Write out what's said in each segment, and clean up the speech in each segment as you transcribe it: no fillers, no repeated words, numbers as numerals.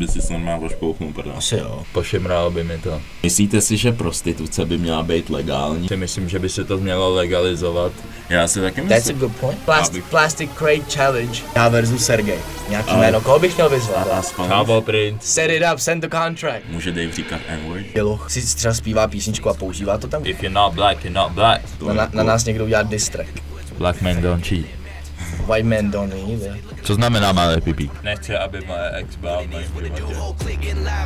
by si normálně pošpouchnul, pardon. Asi jo. Pošimralo by mi to. Myslíte si, že prostituce by měla být legální? Si myslím, že by se to mělo legalizovat. Já si taky That's a myslím. good point. Plastic Crate Challenge. Já versus Sergej. Nějaký jméno, koho bych měl vyzvat? Kávo Prince. Set it up, send the contract. Může Dave říkat N-word? Dělo. Si třeba zpívá písničku a používá to tam. If you're not black, you're not black. Na nás někdo udělá diss track. Black men don't cheat. White man don't either. Co znamená malé pipí? Nechci, aby moje ex byla v mém životě.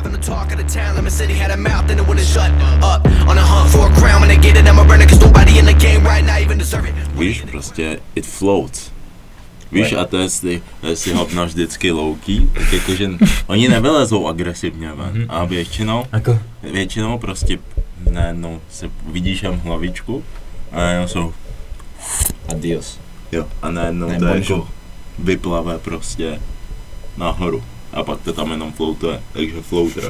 Víš, prostě it floats. Víš, a to jestli hovna vždycky louký, tak jakože oni nevylezou agresivně ven. A většinou prostě najednou se vidíš jen hlavičku a najednou jsou Adios. jo, a najednou to jako vyplave prostě nahoru. A pak to tam jenom floatuje, takže floater.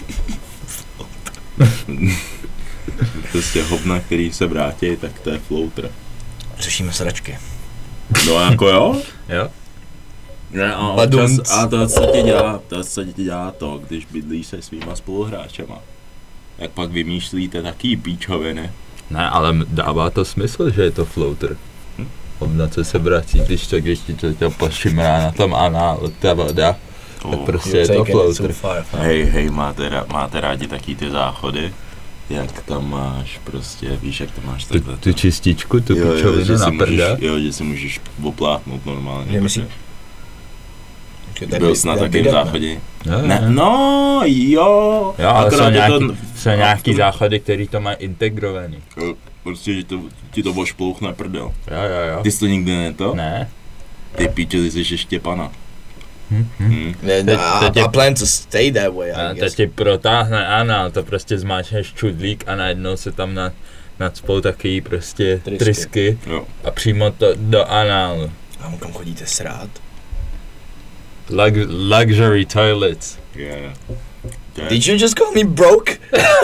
Prostě hovna, který se vrátí, tak to je floater. Řešíme sračky. No jako jo? Jo? Ne, a to se ti dělá to, když bydlíš se svýma spoluhráčema. Jak pak vymýšlíte taký píčoviny. Ne, ale dává to smysl, že je to floater. Hovna, co se vrací, když ti to pošimrá na tom análu, ta voda. Tak prostě je to floater. Hej, máte rádi taký ty záchody? Jak tam máš prostě, víš, jak tam máš takhle. Tu čističku, tu pičovinu na prda. Jo, že si můžeš opláchnout normálně. Že myslí? Byl jsi na takovém záchodě? Jo, Ne, no, jo. Jo, ale jsou nějaký záchody, který to mají integrovaný. Prostě, že ti to ošplouchne prdel. Jo. Ty jsi to nikdy neto? Ne. Ty píče, ty jsi ještě pana. I plan to stay that way, I guess. Teď ti protáhne anál, to prostě zmáčneš čudlík a najednou se tam nacpou takový prostě trysky a přímo to do análu. A kam chodíte srát? Luxury toilets. Yeah. Did you just call me broke?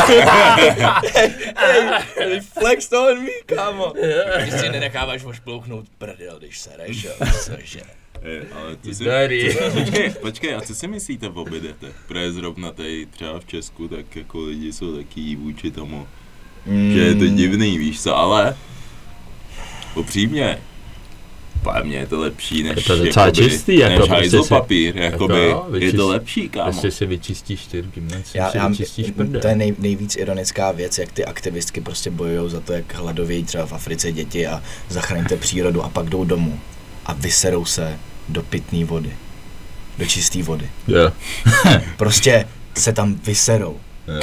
Hey, flexed on me, kámo. Když si nenecháváš ošplouchnout prdel, když sereš, jo, cože. Ale počkej, a co si myslíte o bidetech? Protože zrovna tady třeba v Česku, tak jako lidi jsou taky vůči tomu, že je to divný, víš co, ale upřímně, podle mě je to lepší než to docela čistý, jako hajzlopapír, jakoby, je to lepší, kámo. Prostě si vyčistíš tyrky, vyčistíš prdel. To je nejvíc ironická věc, jak ty aktivistky prostě bojujou za to, jak hladovějí třeba v Africe děti a zachraňte přírodu a pak jdou domů a vyserou se do pitné vody, do čisté vody. Jo. Prostě se tam vyserou. Jo.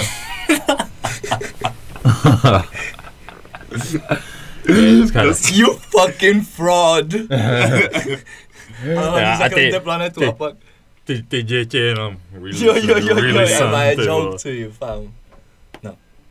You fucking fraud! Ale zachraňte planetu a pak... Ty děti jenom Jo, my joke to you, fam. No.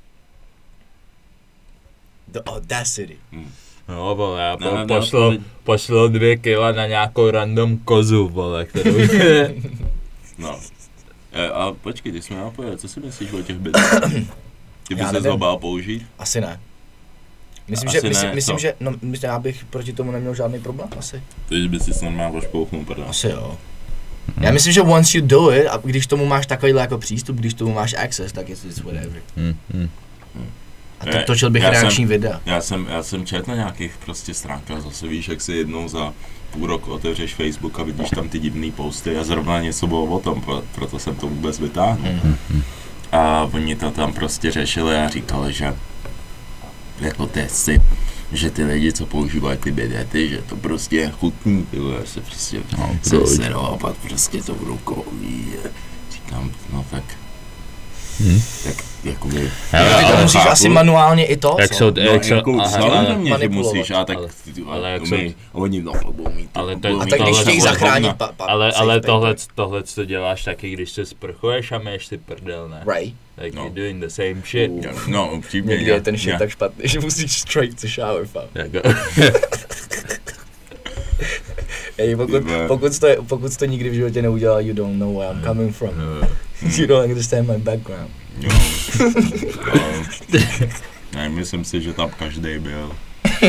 The audacity. No, vole, já pošlo 2 kila na nějakou random kozu, vole, kterou... No. A počkej, ty jsme napojili, co si myslíš o těch bydlích? Ty bys se ho bál použít? Asi ne. Myslím, že já bych proti tomu neměl žádný problém, asi. Ty bys si normálně pošpouchnul, pardon. Asi jo. Já myslím, že once you do it, a když tomu máš takovýhle jako přístup, když tomu máš access, tak je to whatever. A točil bych reakční videa. Já jsem četl na nějakých prostě stránkách, zase víš, jak si jednou za půl roku otevřeš Facebook a vidíš tam ty divný posty a zrovna něco bylo o tom, proto jsem to vůbec vytáhnul. A oni to tam prostě řešili a říkali, že jako testy, že ty lidi, co používají ty bidety, že to prostě je chutný, tyhle, se prostě serou a pak prostě to v rukou ví. Říkám, no tak jakoby... Ty to musíš asi manuálně i to, jak jsou, samozřejmě, že musíš, a tak ale jak oni budou mít to. A tak když chtějí zachránit ale tohle to děláš taky, když se sprchuješ a měješ si prdel, ne? Right. Like you're doing the same shit. No, upřímně. Někdy je ten shit tak špatný, že musíš straight to shower, fam. Hey, pokud to nikdy v životě neudělal, you don't know where I'm coming from. You don't understand my background. Ne, myslím si, že tam každý byl.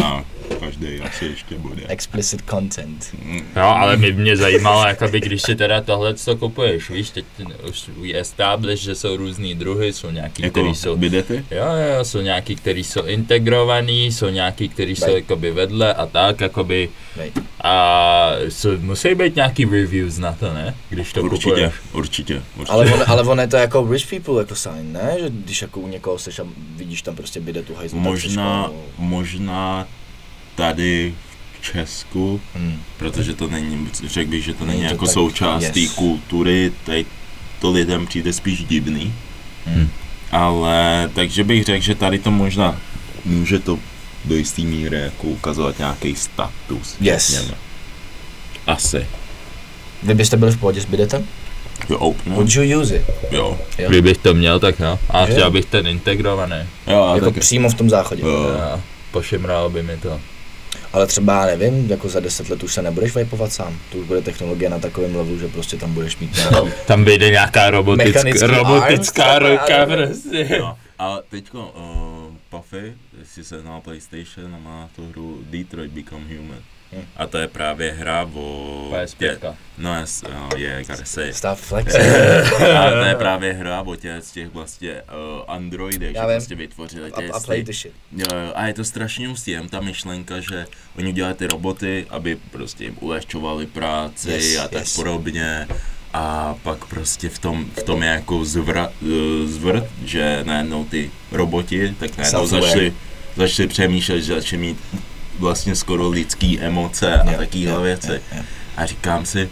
každý asi ještě bude. Explicit content. Jo, ale mě zajímalo, jakoby, když si teda tohleto kupuješ, víš, teď už je establish, že jsou různý druhy, jsou nějaký, Jako který jsou... bidety? Jo, jsou nějaký, který jsou integrovaný, jsou nějaký, který jsou jakoby vedle a tak, jakoby... A musí být nějaký reviews na to, ne? Když to kupuješ. Určitě. Ale on je to jako rich people jako sign, ne? Že když jako u někoho seš a vidíš tam prostě bidetu hajzlu, možná tady v Česku, protože to není, řekl bych, že to není jako součást té kultury, tady to lidem přijde spíš divný. Ale takže bych řekl, že tady to možná může to do jistý míry jako ukazovat nějaký status. Yes. Asi. Vy byste byli v pohodě s bidetem? Jo, no. Would you use it? Jo. Kdybych to měl, tak jo. A chtěl bych ten integrovaný. Jo, jako taky. Přímo v tom záchodě. Jo. Pošimral by mi to. Ale třeba, nevím, jako za 10 let už se nebudeš vajpovat sám. To už bude technologie na takovém levelu, že prostě tam budeš mít nějaký... Tam vyjde nějaká robotická ruka prostě. No, ale teďko, Puffy, si se znal PlayStation a má tu hru Detroit Become Human. A to je právě hra o... PS5. gotta say. Stop flexing. A to je právě hra o těch vlastně androidech, že prostě vytvořili a je to strašně ústý, jen ta myšlenka, že oni dělají ty roboty, aby prostě jim ulehčovali práci a tak podobně. A pak prostě v tom je jako zvrt, že najednou ty roboti tak najednou začali přemýšlet, že začali mít vlastně skoro lidský emoce a takovéhle věci. A říkám si,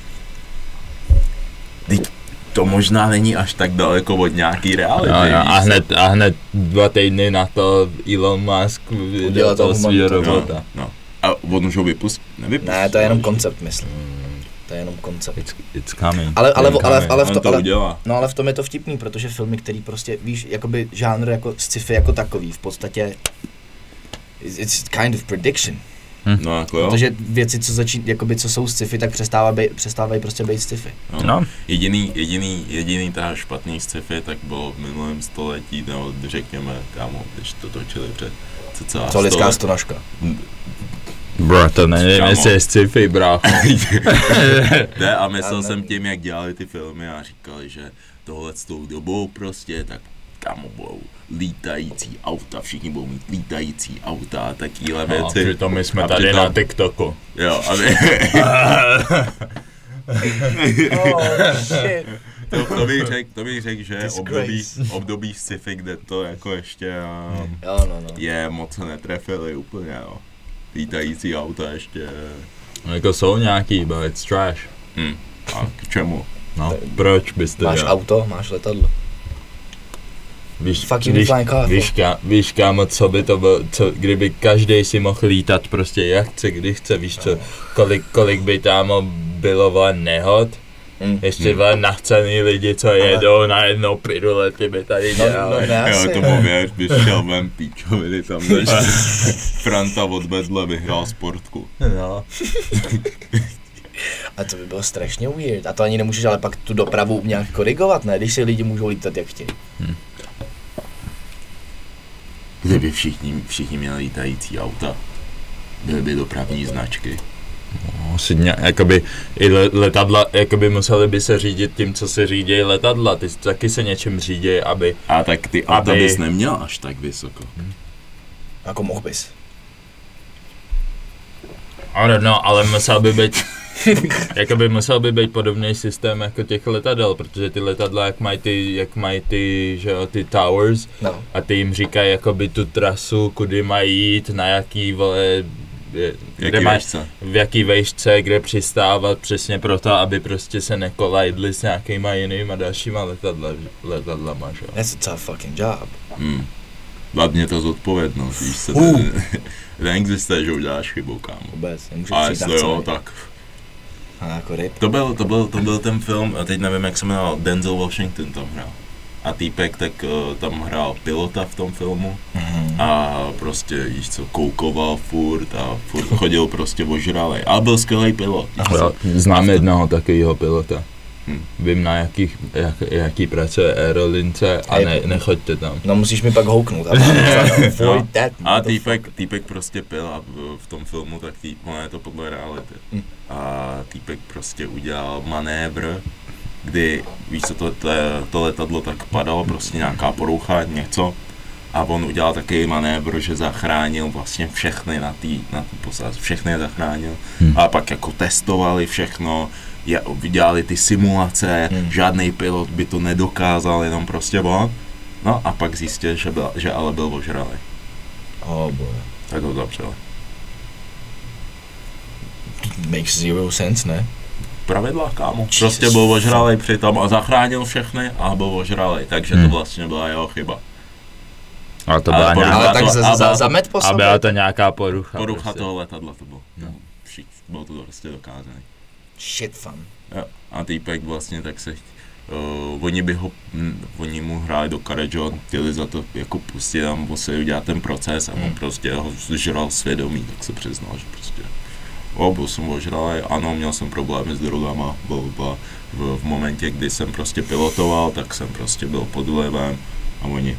to možná není až tak daleko od nějaký reality. A hned 2 týdny na to Elon Musk udělal toho svýho robota. No. A on už ho vypustil? Ne, to je jenom koncept, myslím. To je jenom koncept. It's coming. Ale v tom je to vtipný, protože filmy, který prostě, víš, jakoby žánr jako sci-fi jako takový, v podstatě it's kind of prediction. No jako jo. Protože věci, co jsou sci-fi, tak přestávají prostě být sci-fi. No. Jediný ta špatný sci-fi tak bylo v minulém století, nebo řekněme, kámo, když to točili před cca 100 lidská stonožka. Bro, to nevím, jestli je sci-fi, brácho. Ne, a myslel jsem tím, jak dělali ty filmy a říkali, že tohle s tou dobou prostě, tak kámo, budou lítající auta, všichni budou mít lítající auta a takové věci. A přitom my jsme tady na TikToku. Jo, to bych řekl, že období sci-fi, kde to jako ještě je moc netrefili úplně, no. Lítající auta ještě... No jako jsou nějaký, but it's trash. A k čemu? No, proč byste máš dělal? Auto, máš letadlo. Víš kámo, co by to bylo, kdyby každý si mohl lítat prostě jak chce, kdy chce, víš co, kolik by tam bylo nehod, ještě nachcený lidi, co jedou na jednou pirulety by tady dělali. Jo, tomu věř, bys šel vem píčoviny tam, než Franta od vedle vyhrál sportku. No. A to by bylo strašně weird. A to ani nemůžeš ale pak tu dopravu nějak korigovat, ne? Když si lidi můžou lítat jak chtějí. Kdyby všichni měli lítající auta, byly by dopravní značky. No, jakoby i letadla, jakoby museli by se řídit tím, co se řídí letadla, ty taky se něčím řídí, aby... A tak ty auta bys neměl až tak vysoko. Jako mohl bys. Ale musel by být podobný systém jako těch letadel, protože ty letadla, jak mají ty, že jo, ty towers, a ty jim říkají jakoby tu trasu, kudy mají jít, na jaký v jaký vejšce, kde přistávat, přesně proto, aby prostě se nekolajdli s nějakýma jinýma dalšíma letadlama, že jo. That's a tough fucking job. Hlavně to zodpovědnost, víš se, neexistuje, že uděláš chybu, kámo. Vůbec, nemůžu a jestli jo, tak... A jako ryb. To byl ten film, a teď nevím, jak se jmenoval, Denzel Washington tam hrál. A týpek tak tam hrál pilota v tom filmu a prostě, víš co, koukoval furt a furt chodil prostě ožralej, ale byl skvělý pilot. Znám jednoho takového pilota. Vím, na jaký pracuje aerolince a nechoďte tam. No musíš mi pak houknout. A týpek prostě pil a v tom filmu, tak ono je to podle reality. A týpek prostě udělal manévr, kdy, víš co, to letadlo tak padalo, prostě nějaká porucha, něco. A on udělal takový manévr, že zachránil vlastně všechny na té posádce, všechny je zachránil. A pak jako testovali všechno, vydělali ty simulace, žádný pilot by to nedokázal, jenom prostě on. No a pak zjistil, že ale byl ožralý. Oh boy. Tak ho zavřeli. Makes zero sense, ne? Pravidla, kámo. Prostě byl ožralý přitom a zachránil všechny a byl ožralý, takže to vlastně byla jeho chyba. Ale to byla nějaká... A byla to nějaká porucha. Porucha prostě. toho letadla to bylo. Bylo to prostě dokázané. Shit fun. Jo. A týpek vlastně tak se oni mu hráli do kare, že chtěli za to jako pustit a museli udělat ten proces a on prostě ho zžral svědomí, tak se přiznal, že prostě byl jsem ožralý, ano, měl jsem problémy s drogama, v momentě, kdy jsem prostě pilotoval, tak jsem prostě byl pod vlivem a oni,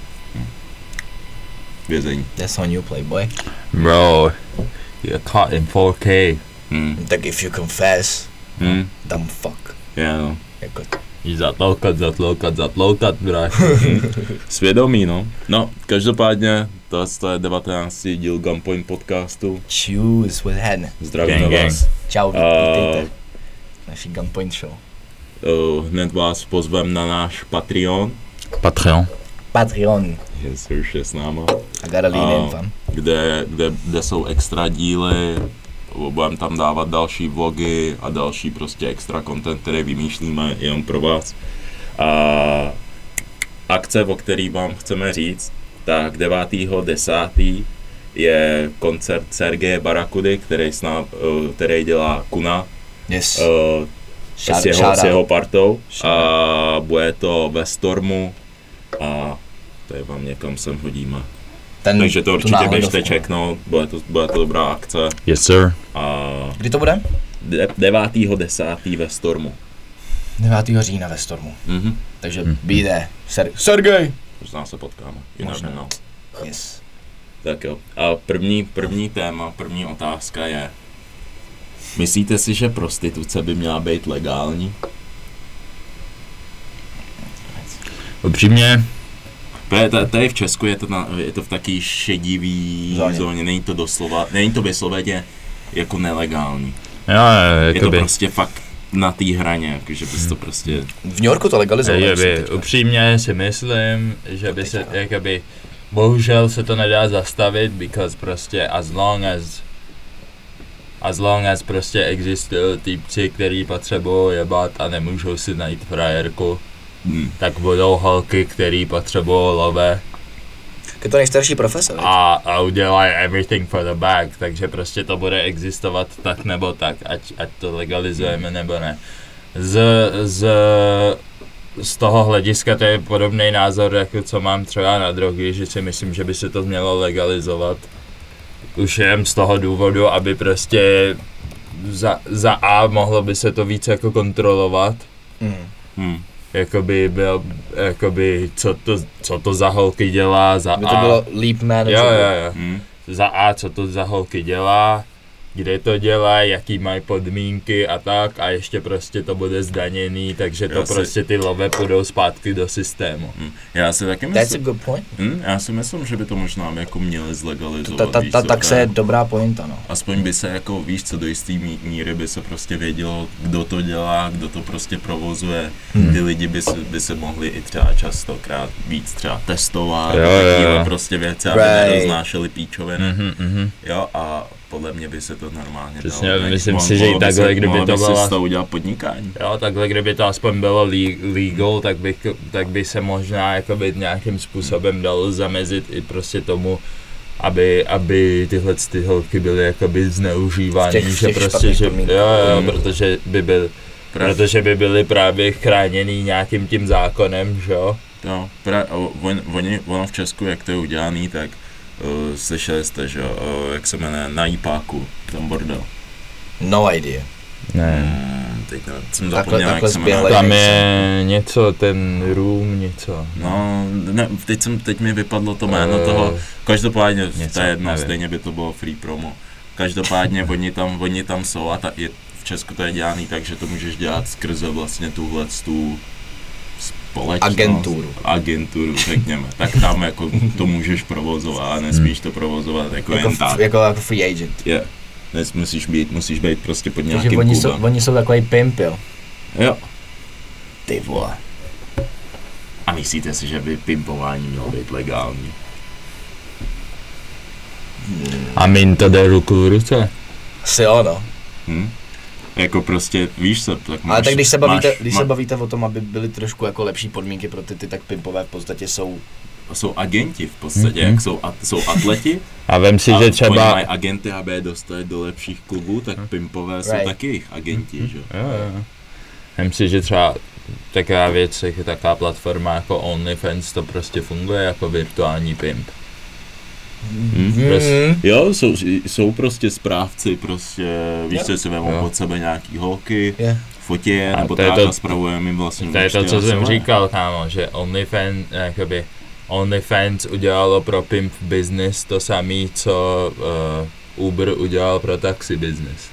vězení. That's on you, playboy. Bro, you're caught in 4K. Tak if you confess, dumb fuck. No. Jako Zatloukat, bráš. Svědomí, no. No, každopádně, to je 19. díl Gunpoint podcastu. Choose with hen. Zdravíme vás. Čau, vítejte. Naší Gunpoint show. Hned vás pozvem na náš Patreon. Patreon. Je s náma. I gotta lean in, fam. Kde jsou extra díly, budeme tam dávat další vlogy a další prostě extra content, který vymýšlíme jenom pro vás. A akce, o který vám chceme říct, tak 9.10. je koncert Sergeje Barakudy, který dělá Kuna. Yes. S jeho partou. A bude to ve Stormu a tady vám někam sem hodíme. Takže to určitě běžte checknout, bude to dobrá akce. Yes sir. A kdy to bude? 9.10. ve Stormu. 9. října ve Stormu. Takže be there. Sergej! Možná se potkáme. Možná. Yes. Tak jo. A první téma, první otázka je: myslíte si, že prostituce by měla být legální? Upřímně. Tady v Česku je to v taký šedivý zóně, není to vysloveně jako nelegální. Je to prostě fakt na té hraně, že bys to prostě... V New Yorku to legalizovali. Upřímně si myslím, že by se, jakoby, bohužel se to nedá zastavit, because prostě as long as prostě existují týpci, který potřebují jebat a nemůžou si najít frajerku, tak budou holky, který potřebují love. Je to nejstarší profese, a udělají everything for the bag, takže prostě to bude existovat tak nebo tak, ať to legalizujeme nebo ne. Z toho hlediska to je podobný názor, jako co mám třeba na drogy, že si myslím, že by se to mělo legalizovat. Už jen z toho důvodu, aby prostě za A mohlo by se to víc jako kontrolovat. Jakoby, co to za holky dělá, za A. By to bylo leap manageable. Jo. Za A, co to za holky dělá, kde to dělá, jaký mají podmínky a tak, a ještě prostě to bude zdaněný, takže to prostě ty love půjdou zpátky do systému. Já si taky myslím. That's a good point. Já si myslím, že by to možná jako měli zlegalizovat. Tak je dobrá pointa, no. Aspoň by se jako, víš co, do jistý míry by se prostě vědělo, kdo to dělá, kdo to prostě provozuje. Ty lidi by se mohli i třeba častokrát víc třeba testovat, takové prostě věci, aby neroznášeli píčoviny. Jo, a podle mě by se to normálně přesně, dalo. Myslím si, že i takhle, kdyby to bylo... z toho udělat podnikání. Jo, takhle, kdyby to aspoň bylo legal, tak by se možná jakoby nějakým způsobem dalo zamezit i prostě tomu, aby tyhle ty holky byly jakoby zneužívány, že prostě, že protože by byly právě chráněný nějakým tím zákonem, že jo? Jo, ono v Česku, jak to je udělaný, tak slyšeli jste, že jak se jmenuje, na Jípáku, tam bordel. No idea. Ne. teď nevím, jsem zapomněl, jak se zběhlej. jmenuje. Tam je něco, ten room, něco. No, ne, teď mi vypadlo to jméno toho, každopádně, něco, to je jedno, nevím. stejně by to bylo free promo. Každopádně oni tam jsou a v Česku to je dělaný tak, že to můžeš dělat skrze vlastně tu společnost. Agenturu, řekněme. Tak tam jako to můžeš provozovat a nesmíš to provozovat jako jen tak. Jako free agent. Je. Musíš být prostě pod Takže nějakým klubem. oni jsou takový pimp, jo. Jo. Ty vole. A myslíte si, že by pimpování mělo být legální? A min to jde ruku v ruce. Asi jo, no. Jako prostě, víš co, tak máš... Ale tak když se bavíte o tom, aby byly trošku jako lepší podmínky pro ty, tak pimpové v podstatě jsou agenti v podstatě, jak jsou atleti. A vem si, že Oni třeba... mají agenty, aby je dostali do lepších klubů, tak pimpové jsou taky jejich agenti, že? Jo. Vem si, že třeba taková věc, jak je taková platforma jako OnlyFans, to prostě funguje jako virtuální pimp. Jo, jsou prostě správci, prostě, víš co, si vemou pod sebe nějaký holky, fotí je, nebo tak a spravujeme jim vlastně. To je to, co jsem říkal, kámo, že OnlyFans udělalo pro pimp business to samé, co Uber udělal pro taxi business.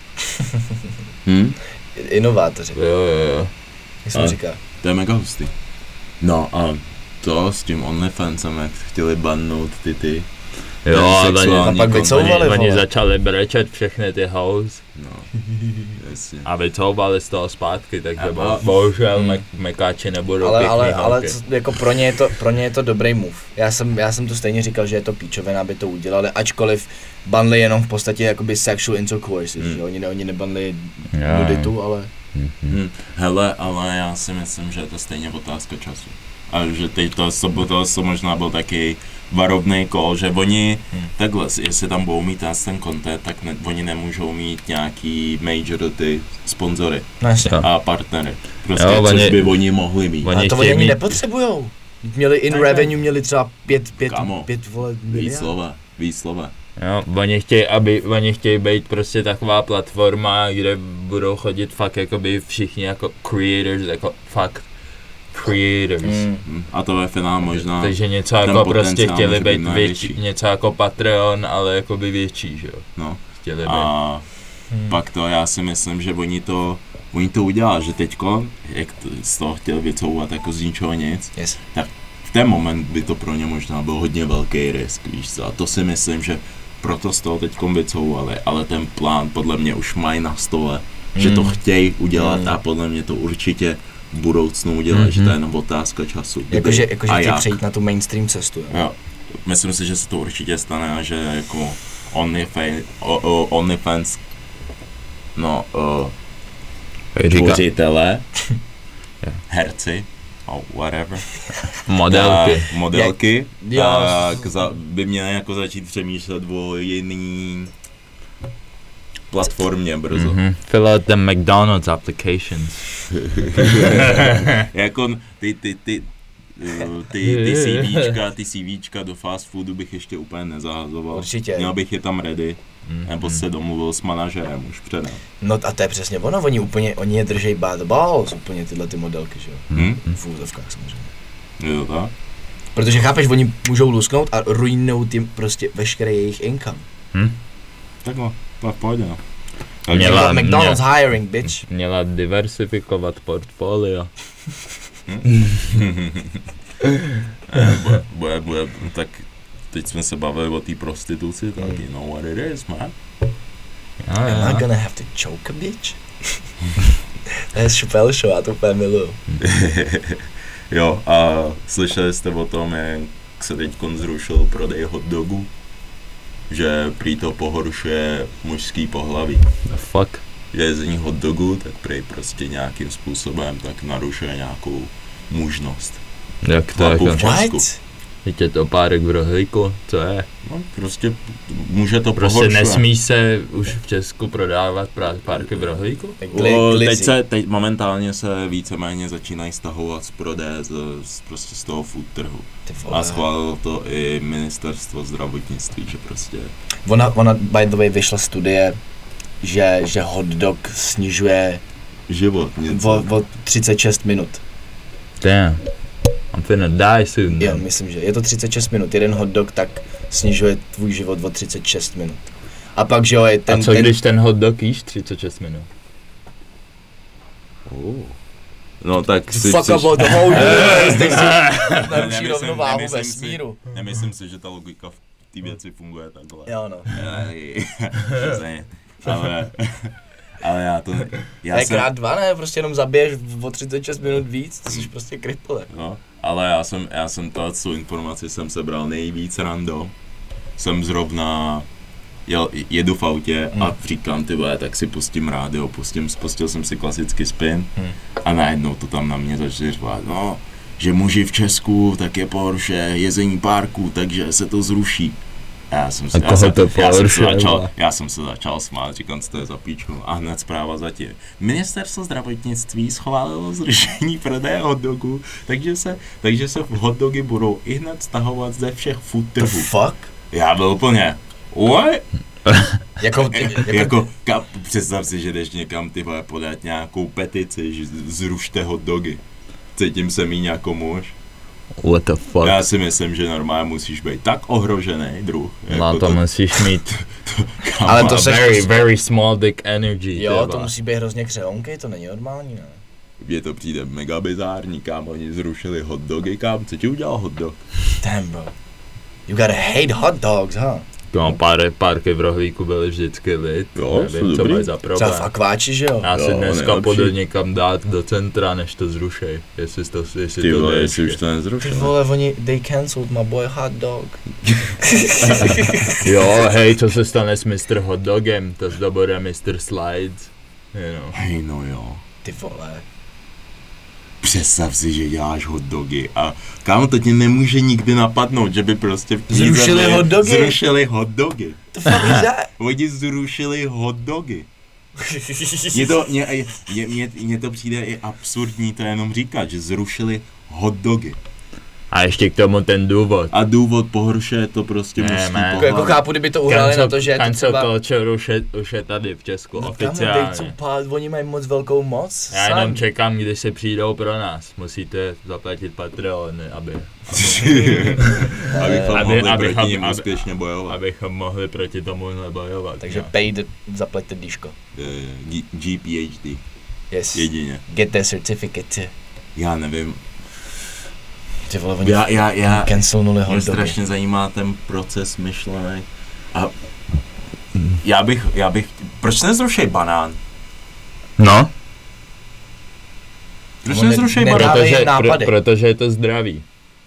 Inovátoři. Jo. Jak jsem říkal. To je mega hustý. No a to s tím OnlyFansem, jak chtěli bannout ty Jo, a pak vycouvali, oni začali brečet všechny ty house. No, jasně. A vycouvali z toho zpátky, takže bohužel mekáči nebudou ale jako pro ně je to dobrý move. Já jsem to stejně říkal, že je to píčovina, aby to udělali, ačkoliv banli jenom v podstatě jakoby sexual intercourse, že oni nebanli nuditu, ale... Hele, ale já si myslím, že je to stejně otázka času. A že teď to možná byl taky varovný call, že oni takhle, jestli tam budou mít ten content, tak oni nemůžou mít nějaký major ty sponzory a partnery. Prostě což by oni mohli mít. Ale to oni ani nepotřebujou. Měli revenue, měli třeba 5 vole miliard. Víc slova. Jo, oni chtějí být prostě taková platforma, kde budou chodit fakt jakoby všichni jako creators, jako fakt creators. A to ve finále možná. Takže něco jako prostě chtěli být větší, něco jako Patreon, ale jakoby větší, že jo. No. Chtěli být. A pak to já si myslím, že oni to udělali, že teďko, jak z toho chtěli vycouvat jako z ničeho nic, tak v ten moment by to pro ně možná byl hodně velký risk, víš co. A to si myslím, že proto z toho teďkom vycouvali, ale ten plán podle mě už mají na stole, že to chtějí udělat a podle mě to určitě v budoucnu udělat, že to je jenom otázka času. Jakože chtějí přejít na tu mainstream cestu. Jo. Myslím si, že se to určitě stane a že jako OnlyFans tvořitelé, herci, whatever, modelky, by měly jako začít přemýšlet o jiný platformě brzo. Fill out the McDonald's applications. Jako ty CVčka do fast foodu bych ještě úplně nezahazoval. Určitě. Měl bych je tam ready, nebo se domluvil s manažerem už předem. No a to je přesně ono, oni je držej by the balls, úplně tyhle ty modelky, že jo? V úzovkách samozřejmě. Jo, tak? Protože chápeš, oni můžou lusknout a ruinout jim prostě veškerý jejich income. Takhle, to je v pohodě, no. McDonald's hiring, bitch. Měla diversifikovat portfolio. Tak teď jsme se bavili o té prostituci, tak you know what it is, man. Am I gonna have to choke a bitch? To je Chappelle Show, já to úplně miluju. Jo, a slyšeli jste o tom, jak se teď zrušil prodej hot dogů? Že prý to pohoršuje mužský pohlaví. The fuck? Jezení hot dogu, tak prý prostě nějakým způsobem tak narušuje nějakou mužnost. Jak to jako? What? Teď je to párek v rohlíku, co je? No, prostě může to prostě pohoršuje. nesmí se už v Česku prodávat párky v rohlíku? Teď momentálně se víceméně začínají stahovat z prodeje prostě z toho food trhu. A schválilo to i ministerstvo zdravotnictví, že prostě... Ona by the way vyšla studie, že hot dog snižuje život něco. O 36 minut. Damn. I'm finna die soon. Jo, myslím, že je to 36 minut. Jeden hot dog tak snižuje tvůj život o 36 minut. A pak, že jo, je ten... A co když ten hot dog jíš 36 minut? No tak si Fuck chceš... about the whole jste si naruší rovnováhu vesmíru. Nemyslím si, že ta logika v té věci funguje takhle. Jo, no. Ale já to... Já jsem... krát 2, ne? Prostě jenom zabiješ o 36 minut víc, to jsi prostě kripple. No, ale já jsem tu informaci jsem sebral nejvíc random. Jsem zrovna jedu v autě a říkám, ty vole, tak si pustím rádio, pustil jsem si klasický spin a najednou to tam na mě začne řvát, no, že muži v Česku, tak je Porsche, jezení parku, takže se to zruší. Já jsem se začal smát, říkám, co to je za píčku a hned zpráva zatím. Ministerstvo zdravotnictví schválilo zrušení prodeje hotdogů, takže se hotdogy budou i hned stahovat ze všech food trhů. The fuck? Já byl úplně, what? jako představ si, že jdeš někam, ty vole, podat nějakou petici, že zrušte hotdogy. Cítím se míň jako muž. What the fuck? Já si myslím, že normálně musíš být tak ohrožený druh. No to musíš mít. Ale to very small dick energy. Jo, těba. to musí být hrozně křehonky, to není normální, ne? Mně to přijde mega bizární, kámo, oni zrušili hotdogy, kámo, co ti udělal hotdog? Damn, bro. You gotta hate hot dogs, huh? No, párky v rohlíku byly vždycky lid. Jo, nevím, co mají za problém. Třeba v akváči, že jo? Já si dneska půjdu někam dát do centra, než to zrušej. Jestli už to nezrušil. Ty vole, they cancelled my boy hot dog. Jo, hej, co se stane s Mr. Hot Dogem? To bude Mr. Slides. You know. Hej, no jo. Ty vole. Představ si, že děláš hotdogy a kámo, to tě nemůže nikdy napadnout, že by prostě zrušili hotdogy? Zrušili hotdogy. To fuck is that? Oni zrušili hotdogy. Mně to přijde i absurdní to jenom říkat, že zrušili hotdogy. A ještě k tomu ten důvod. A důvod pohoršuje to prostě musí pohlavit. Jako chápu, kdyby to uhrali na to, že je to třeba... Cancel culture už je tady v Česku, no, oficiálně. Oni mají moc velkou moc. Já jenom čekám, když se přijdou pro nás. Musíte zaplatit Patreony, abychom mohli proti nim úspěšně bojovat. Abychom mohli proti tomuhle bojovat. Takže paid, zaplaťte díško. GPHD. Yes. Jedině. Get the certificate. Já nevím. Ty vole, oni cancelnuli hotdogy. Mě strašně zajímá ten proces myšlenek. A já bych, proč nezrušej banán? No? Proč nezrušej banán? Protože je to zdravý.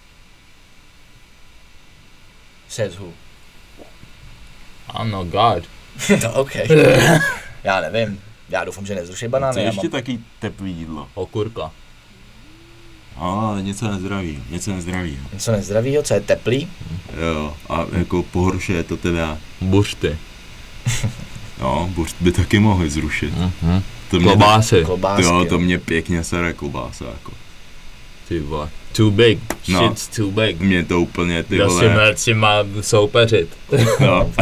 Says who? I'm no god. OK. Já nevím. Já doufám, že nezrušej banány. Co ještě taky teplý jídlo? Okurka. Ale něco nezdravý. Něco nezdravýho, co je teplý? Jo, a jako pohoršuje to teda... Buřty. No, buřt by taky mohli zrušit. Klobásy. Jo, to mě pěkně sere klobása jako. Ty vole. Too big. Shit's too big. Mě to úplně ty vole... Já si má soupeřit. No.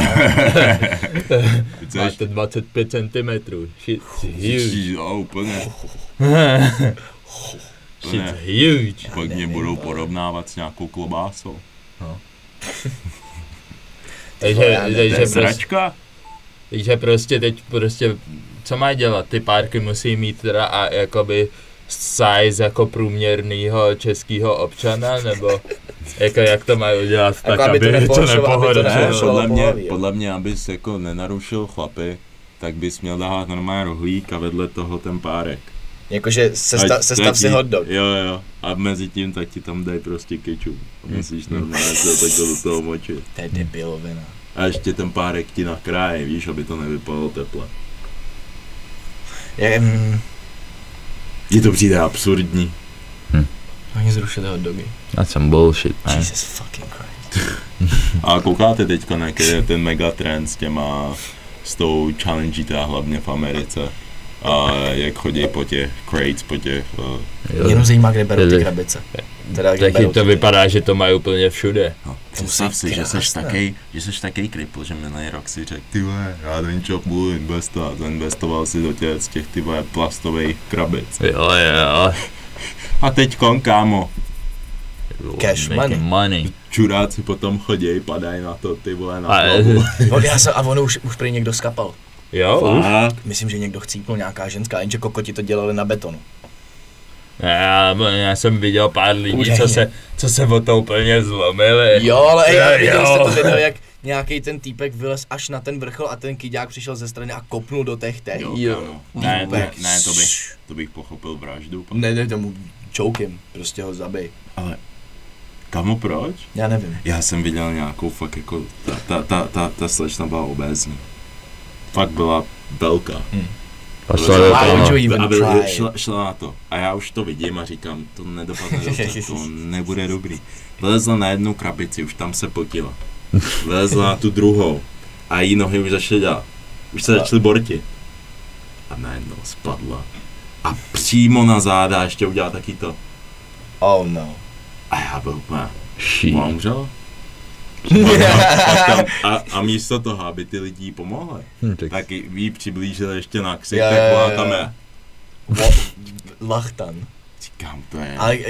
Máte 25 cm. Shit's huge. Jo, úplně. Shit's huge. Pak mě budou porovnávat s nějakou klobásou. No. takže sračka? Takže prostě teď co mají dělat? Ty párky musí mít teda a jakoby size jako průměrného českého občana, nebo jako jak to mají udělat tak, aby to nepohoršilo. Podle mě, abys jako nenarušil chlapy, tak bys měl dát normálně rohlík a vedle toho ten párek. Jakože sestav si hot dog. Jo. A mezi tím tak ti tam dají prostě kečup. Musíš normálně se takhle do toho močit. To je debilovina. A ještě ten párek ti nakráje, víš, aby to nevypadalo teple. Je to přijde absurdní. Oni zrušili hot dogy. That's some bullshit, man. Jesus fucking Christ. A koukáte teďka na ten megatrend s tou challenge hlavně v Americe. A jak chodí po těch crates, jenom zajímá, kde berou ty krabice. Taky to vypadá, že to mají úplně všude. No, Představ si, že seš takej kripl, že minulý rok si řekl, ty vole, já do něčeho budu investovat, investoval si do těch ty vole plastových krabic. Jo. A teďkon, kámo, Cash money. čuráci potom choděj, padají na to, ty vole, na hlavu. A ono už prý někdo skapal. Jo, Myslím, že někdo chcípnul, nějaká ženská, jenže kokoti to dělali na betonu. Já jsem viděl pár lidí, co se o to úplně zlomili. Jo, ale viděli jste to video, jak nějaký ten týpek vylez až na ten vrchol a ten kyďák přišel ze strany a kopnul do těch teď. Jo. Ne, to bych pochopil vraždu. Ne, tomu chokem, prostě ho zabij. Ale kamo, proč? Já nevím. Já jsem viděl nějakou fakt jako, ta slečna byla obézní. Fakt byla velká. A šla na to. A já už to vidím a říkám, to nedopadne dobře, to nebude dobrý. Vylezla na jednu krabici, už tam se potila. Vylezla na tu druhou a jí nohy už začaly dělat. Už se začaly bortit. A najednou spadla. A přímo na záda ještě udělala taky to. Oh no. A já byl úplně, umřel? A místo toho, aby ty lidi jí pomohli, tak jí přiblížili ještě na ksik, tak ona tam je. Lachtan. Říkám, to je... Ale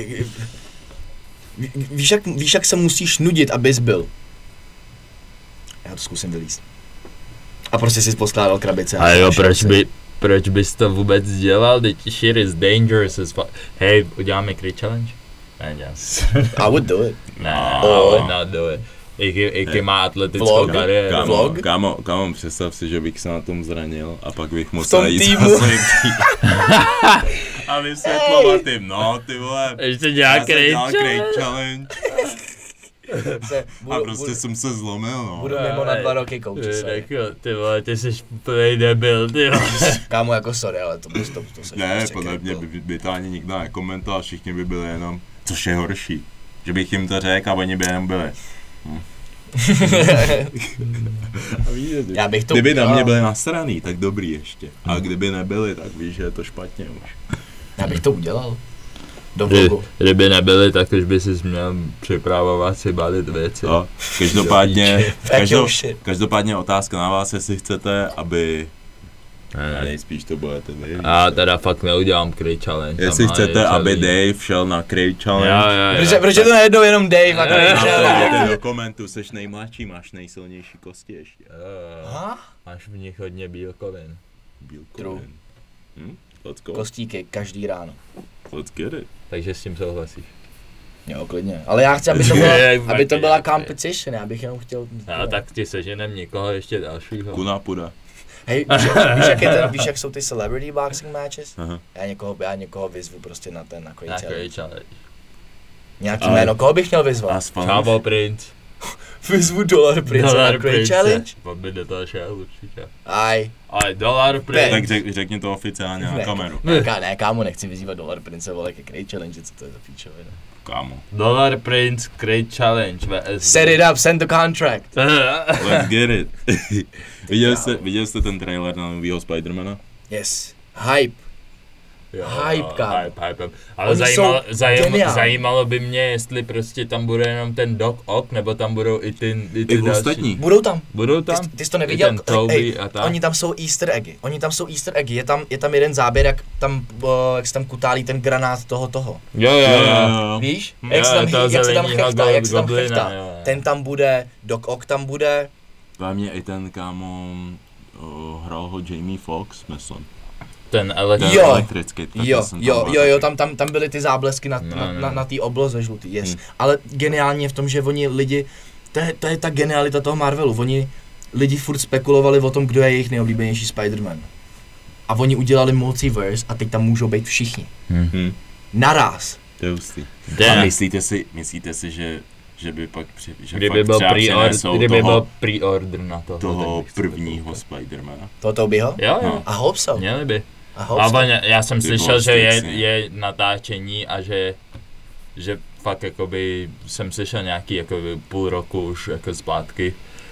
víš, jak se musíš nudit, abys byl? Já to zkusím vylíst. A prostě jsi poskládal krabice. A jo, proč bys to vůbec dělal? Teď shit is dangerous as fuck. Hej, uděláme Crit Challenge? Ne, I would do it. I would not do it. Jaký má atletickou kariéru. Kámo, představ si, že bych se na tom zranil a pak bych musel v tom jít týmu. A vysvětlovat jim, no ty vole, ještě dělá Crit Challenge. A prostě jsem se zlomil, no. Budu mimo na 2 roky kouči, sorry. Ty vole, ty jsi plnej debil, ty vole. Kámo, jako sorry, ale to se... Ne, podle mě by to ani nikdo nekomentoval, všichni by byli jenom, což je horší, že bych jim to řekl a oni by jenom byli. Já bych to... Kdyby na mě byli nasraný, tak dobrý ještě. A kdyby nebyli, tak víš, že je to špatně už. Já bych to udělal. Do vlogu. Kdyby nebyli, tak už by si měl připravovat si balit věci. No, každopádně otázka na vás, jestli chcete, aby... Ne, nejspíš to budete vy. Já teda fakt neudělám Crit Challenge. Jestli chcete, aby Dave šel na Crit Challenge. Jo. Protože to najednou jenom Dave a Crit Challenge. Do komentu, seš nejmladší, máš nejsilnější kosti ještě. Máš v nich hodně bílkovin. Bílkovin. Let's go. Kostíky každý ráno. Let's get it. Takže s tím souhlasíš. Jo, klidně. Ale já chci, aby to byla competition, já bych jenom chtěl... No, tak ti seženem někoho ještě dalšího. Kuna puda. Hej, víš, jak jsou ty celebrity boxing matches? Aha. Já někoho vyzvu prostě na Crit Challenge. Nějaký jméno, koho bych měl vyzvat? Chavo Prince. Vyzvu Dollar Prince na Crit Challenge? On by do toho šel určitě. Aj, Dollar Prince. Tak řekni to oficiálně na kameru. Ne, kámo, nechci vyzývat Dollar Prince, vole, ke Crit Challenge, co to je za píčovina. Kámo. Dollar Prince Crit Challenge vs. Set it up, send the contract. Let's get it. Viděl jste ten trailer na novýho Spidermana? Yes. Hype. Hype, kámo. Hype. Ale zajímalo by mě, jestli prostě tam bude jenom ten Doc Ock, nebo tam budou i ty další. Ostatní. Budou tam. Ty jsi to neviděl? A tak. Oni tam jsou easter eggy. Je tam jeden záběr, jak se tam kutálí ten granát toho. Jo. Víš? Jak se tam chechtá. Ten tam bude, Doc Ock tam bude. Ve mně i ten kámo hrál ho Jamie Foxx, myslím. Ten elektrický. Jo, tam byly ty záblesky na té obloze žlutý, yes. Ale geniálně je v tom, že oni lidi, to je ta genialita toho Marvelu, lidi furt spekulovali o tom, kdo je jejich nejoblíbenější Spider-Man. A oni udělali multiverse a teď tam můžou být všichni. Naraz. To je hustý. A myslíte si, že by pak kdyby byl pre-order na to. Toho prvního Spidermana. Toho Tobyho? Jo. A hope so. Měli by. Já jsem slyšel, že je natáčení a že fakt jakoby jsem slyšel nějaký jakoby půl roku už jako zpátky,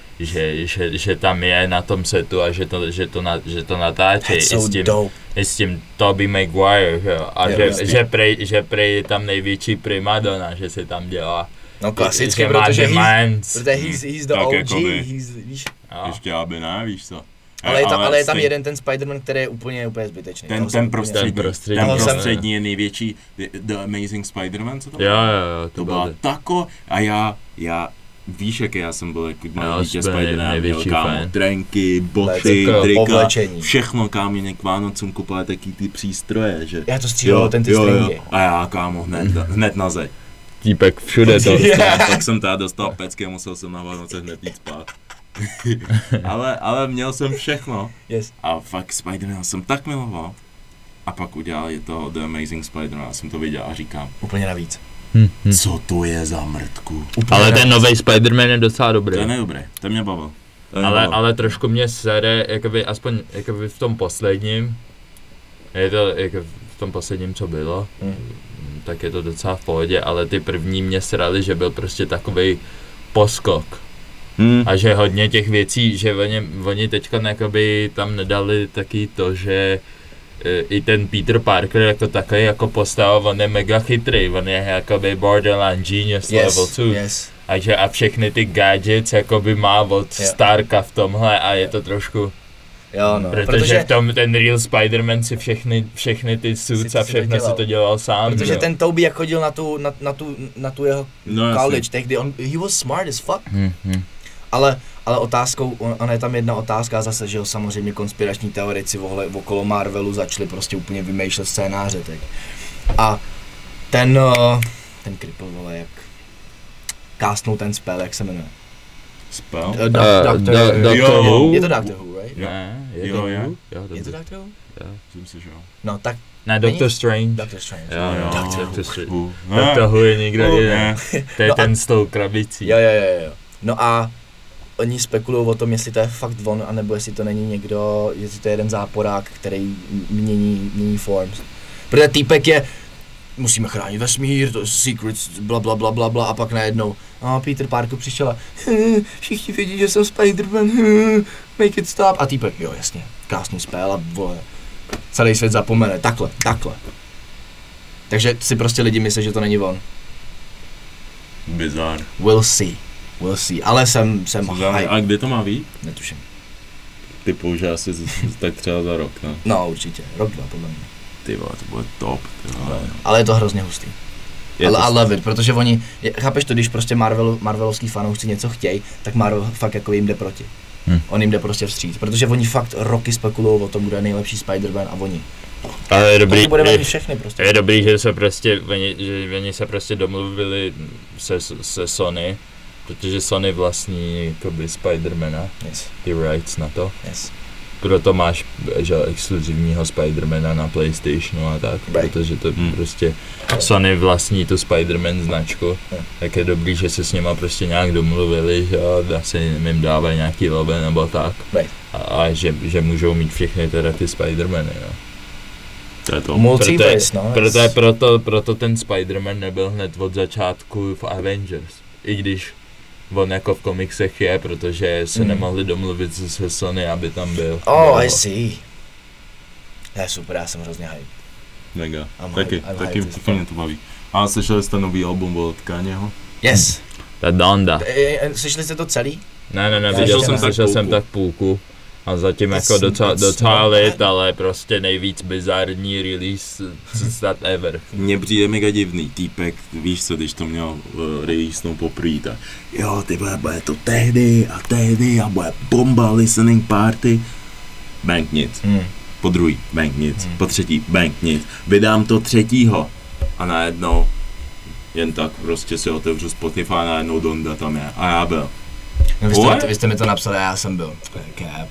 že tam je na tom setu a že to natáčí i s tím Tobey Maguire, jo, a že prej je tam největší primadona, že se tam dělá No klasicky, že má protože demands. he's the Tak OG, jako by. víš. Jo. Ještě aby ne, víš co. Ale je tam jeden ten Spider-Man, který je úplně zbytečný. Ten prostřední je největší, The Amazing Spider-Man, co to bylo? Jo, To byla tako, a já víš, jak já jsem byl jako malý dítě Spider-Man, měl kámo, trenky, boty, trika, všechno kámo, mě k Vánocům kupovali taky ty přístroje, že? Já to střílel, ty stringy. A já kámo, hned na zeď. Týpek všude to. Tak jsem teda dostal pecky a musel jsem na Vánoce hned jít spát. ale měl jsem všechno. Yes. A fakt Spider-Man jsem tak miloval. A pak udělali to The Amazing Spider-Man, já jsem to viděl a říkám. Úplně navíc. Co to je za mrtku? Ale ten nový Spider-Man je docela dobrý. To je nedobrý, to mě bavil. Ale trošku mě sere, aspoň v tom posledním, je to jako v tom posledním, co bylo, tak je to docela v pohodě, ale ty první mě srali, že byl prostě takovej poskok. A že hodně těch věcí, že oni teďka tam nedali taky to, že i ten Peter Parker jako takový jako postava, on je mega chytrý, on je jakoby borderline genius level 2. Yes. A všechny ty gadgets jakoby má od Starka v tomhle a je to trošku... Jo, no. Protože v tom ten real Spider-Man si všechny ty suits a všechno si to dělal sám. Protože ten Tobey jak chodil na tu jeho college tehdy, he was smart as fuck. Ale otázkou, ona je tam jedna otázka zase, že jo, samozřejmě konspirační teoretici okolo Marvelu začali prostě úplně vymýšlet scénáře teď. A ten Cripple, vole, jak castnul ten spell, jak se jmenuje? Spell? Doctor Who? Je to Doctor Who, right? Ne, je to Doctor Who? Myslím si, že jo. No tak... Ne, Doctor Strange. Doctor Strange. Jo, Doctor Who. Doctor Who je někdo jiný. To je ten s tou krabicí. Jo. No a oni spekulují o tom, jestli to je fakt on, anebo jestli to není někdo, jestli to je jeden záporák, který mění forms. Protože týpek je, musíme chránit vesmír, to je secrets, bla, a pak najednou, Peter Parker přišel a všichni vědí, že jsem Spider-Man, make it stop. A týpek, jo jasně, krásný spell a vole, celý svět zapomene, takhle. Takže si prostě lidi myslí, že to není on. Bizar. We'll see, ale jsem hype. A kdy to má být? Netuším. Typu, že asi tak třeba za rok, ne? No určitě, rok, 2 podle mě. Ty vole, to bude top, ty vole. Ale je to hrozně hustý. Ale I love it, protože oni, chápeš to, když prostě Marvelovský fanoušci něco chtějí, tak Marvel fakt jako jim jde proti. On jim jde prostě vstříc, protože oni fakt roky spekulují o tom, kdo je nejlepší Spider-Man a oni. Ale je dobrý, všechny prostě. Je dobrý, že se prostě, oni se prostě domluvili se Sony, protože Sony vlastní jakoby Spider-Mana, ty rights na to. Yes. Proto máš exkluzivního Spider-Mana na PlayStationu a tak, protože to prostě Sony vlastní tu Spider-Man značku, tak je dobrý, že se s nima prostě nějak domluvili, že asi jim dávají nějaký love nebo tak, a že můžou mít všechny teda ty Spider-Many, no. To je to. Multiverse, no. Proto ten Spider-Man nebyl hned od začátku v Avengers, i když on jako v komiksech je, protože se nemohli domluvit se Sony, aby tam byl. I see. To je super, já jsem hrozně hype. Mega, taky mě to baví. A slyšeli jste nový album od Kanyeho? Yes. Ta Donda. Slyšeli jste to celý? Ne, slyšel jsem tak půlku. A zatím jako docela lit, ale prostě nejvíc bizarní release snad ever. Mně přijde mega divný týpek, víš co, když to měl release poprvé, tak jo, ty bude to tehdy a bude bomba listening party. Bank nic. Po druhý, bank nic. Po třetí, bank nic. Vydám to 3. a najednou jen tak prostě si otevřu Spotify a najednou Donda tam je a já byl. No, vy jste mi to napsali a já jsem byl. Cap.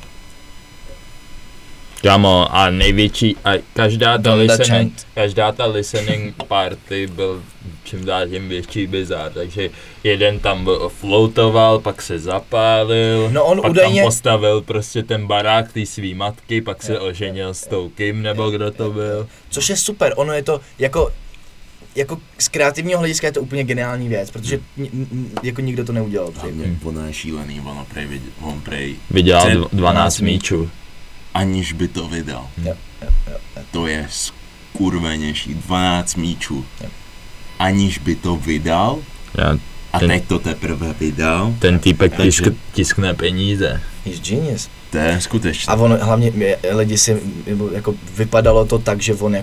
Kámo, a největší, a každá ta listening party byl čím dál tím větší bizár, takže jeden tam floatoval, pak se zapálil, pak údajně tam postavil prostě ten barák té svý matky, pak se oženil s tou Kim, nebo kdo to byl. Což je super, ono je to jako z kreativního hlediska je to úplně geniální věc, protože jako nikdo to neudělal. Ono je šílený, on prej vydělal 12 míčů. Aniž by to vydal. To je skurvenější, 12 míčů. Aniž by to vydal A teď to teprve vydal. Ten týpek tiskne peníze. He's genius. To je skutečně. A on hlavně, lidi si, jako vypadalo to tak, že on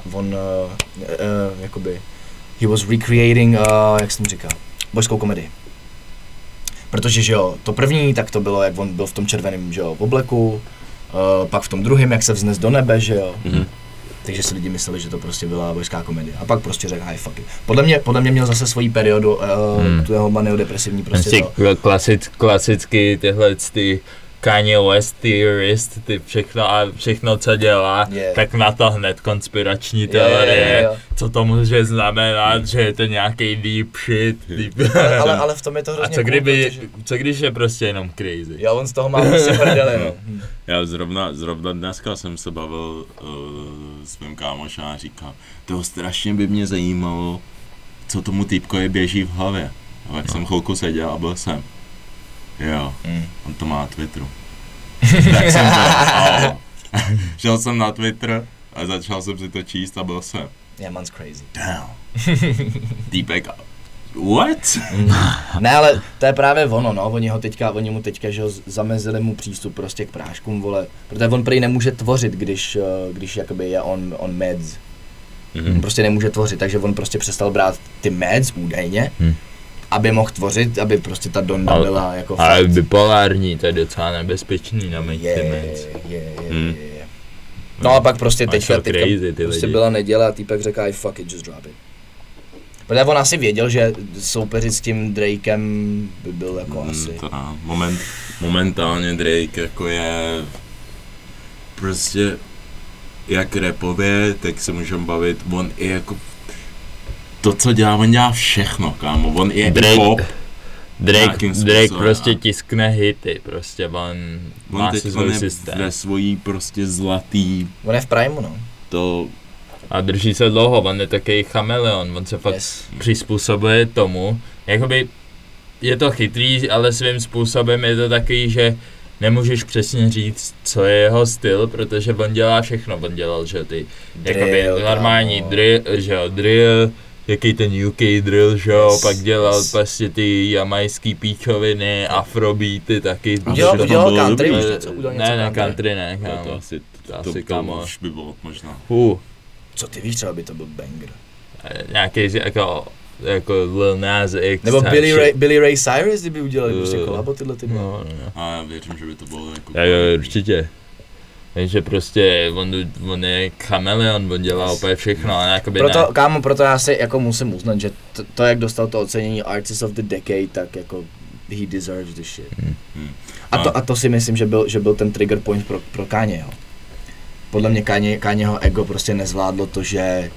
jakoby, he was recreating, jak jsem říkal, božskou komedii. Protože, že jo, to první, tak to bylo, jak on byl v tom červeném, že jo, v obleku, pak v tom druhém, jak se vznes do nebe, že jo. Mm-hmm. Takže si lidi mysleli, že to prostě byla božská komedie. A pak prostě řekl, hi, fuck it. Podle mě měl zase svojí periodu, tu jeho maniodepresivní prostě to. Klasicky tyhle ty Kanye West theorist, ty všechno, co dělá, tak na to hned konspirační teorie, co to může znamenat, že je to nějaký deep shit. Ale v tom je to hrozně co když je prostě jenom crazy? Jo, on z toho má prostě prdele, no. Já zrovna dneska jsem se bavil s mým kámošem a říkal, to strašně by mě zajímalo, co tomu týpkovi běží v hlavě. A jak jsem chvilku seděl a byl jsem. Jo, on to má na Twitteru. Tak jsem to, šel jsem na Twitter a začal jsem si to číst a byl jsem. Yeah, man's crazy. Damn. Týpek, what? Ne, ale to je právě ono, no, oni mu teďka, že zamezili mu přístup prostě k práškům, vole, protože on prý nemůže tvořit, když jakoby je on meds. On prostě nemůže tvořit, takže on prostě přestal brát ty meds údajně. Aby mohl tvořit, aby prostě ta Donda byla jako fakt. Ale bipolární, to je docela nebezpečný na mít ty meds. No a pak prostě teďka prostě byla neděle a týpek řekl, I fuck it, just drop it. Protože on asi věděl, že soupeřit s tím Drakem by byl jako asi. Momentálně Drake jako je prostě jak rapově, tak se můžeme bavit, on i jako to, co dělá, on dělá všechno, kámo, on je pop. Drake prostě tiskne hity, prostě on má si svůj systém. On je ve svojí prostě zlatý. On je v primu, no. To. A drží se dlouho, on je takový chameleon, on se fakt přizpůsobuje tomu. Jakoby je to chytrý, ale svým způsobem je to takový, že nemůžeš přesně říct, co je jeho styl, protože on dělá všechno, on dělal, že ty, jakoby normální drill, jaký ten UK drill, že jo, pak dělal prostě ty jamajský píčoviny, afrobeaty taky. Udělal country už něco? Ne, country ne, kámo. To asi kámo. Už by bylo možná. Co ty víš, třeba by to byl banger? Nějaký jako Lil Nas X. Nebo Billy Ray Cyrus, kdyby udělali prostě kolabo tyhle ty. No. A já věřím, že by to bylo jako. Jo, určitě. Takže prostě on je chameleon, on dělá úplně všechno, ale jakoby proto já si jako musím uznat, že to jak dostal to ocenění Artist of the Decade, tak jako he deserves the shit. A to si myslím, že byl ten trigger point pro Kanyeho. Podle mě Kanyeho ego prostě nezvládlo to, že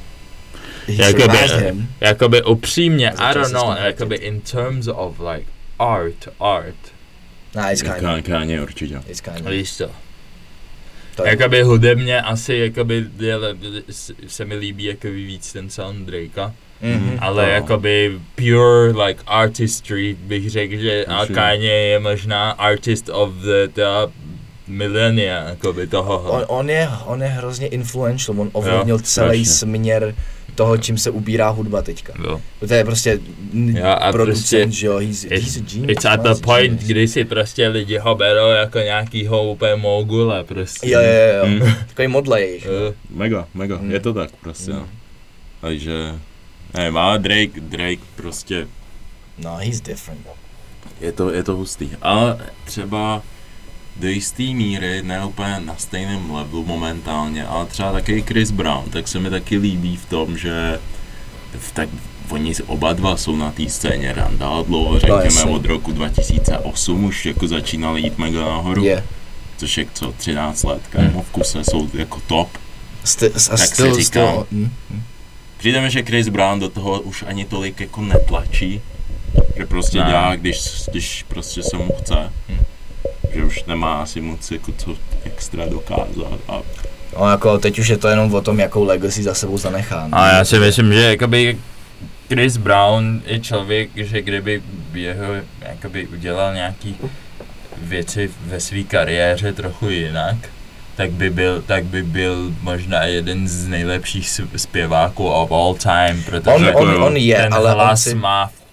jakoby upřímně, I don't know, jakoby in terms of like art. Nah, it's Kanye určitě. Víš co? Jakoby hudebně asi jakoby se mi líbí jakoby víc ten sound Drakea, ale jakoby pure like artistry bych řekl, že Kanye je možná artist of the millennia, jakoby toho. On je hrozně influential, on ovlivnil celý směr toho, čím se ubírá hudba teďka. To je prostě producent, že jo, he's a genius. It's at the point, kdy si prostě lidi ho berou jako nějakýho úplně mogule prostě. Jo. Takový modlej. Mega, je to tak prostě. Takže, má Drake prostě. No, he's different. Je to hustý, ale třeba do jistý míry, ne úplně na stejném levelu momentálně, ale třeba taky Chris Brown, tak se mi taky líbí v tom, že tak oni oba dva jsou na té scéně randa dlouho, řekněme od roku 2008 už jako začínali jít mega nahoru, což je 13 let, kámo, v kuse jsou jako top, tak si říkám, přijde mi, že Chris Brown do toho už ani tolik jako netlačí, že prostě dělá, když prostě se mu chce. Že už nemá asi moc jako co extra dokázat No jako teď už je to jenom o tom, jakou legacy za sebou zanechá. A já si myslím, že jakoby Chris Brown je člověk, že kdyby jeho jakoby udělal nějaký věci ve své kariéře trochu jinak, tak by byl možná jeden z nejlepších zpěváků of all time, protože on je, ten ale hlas má v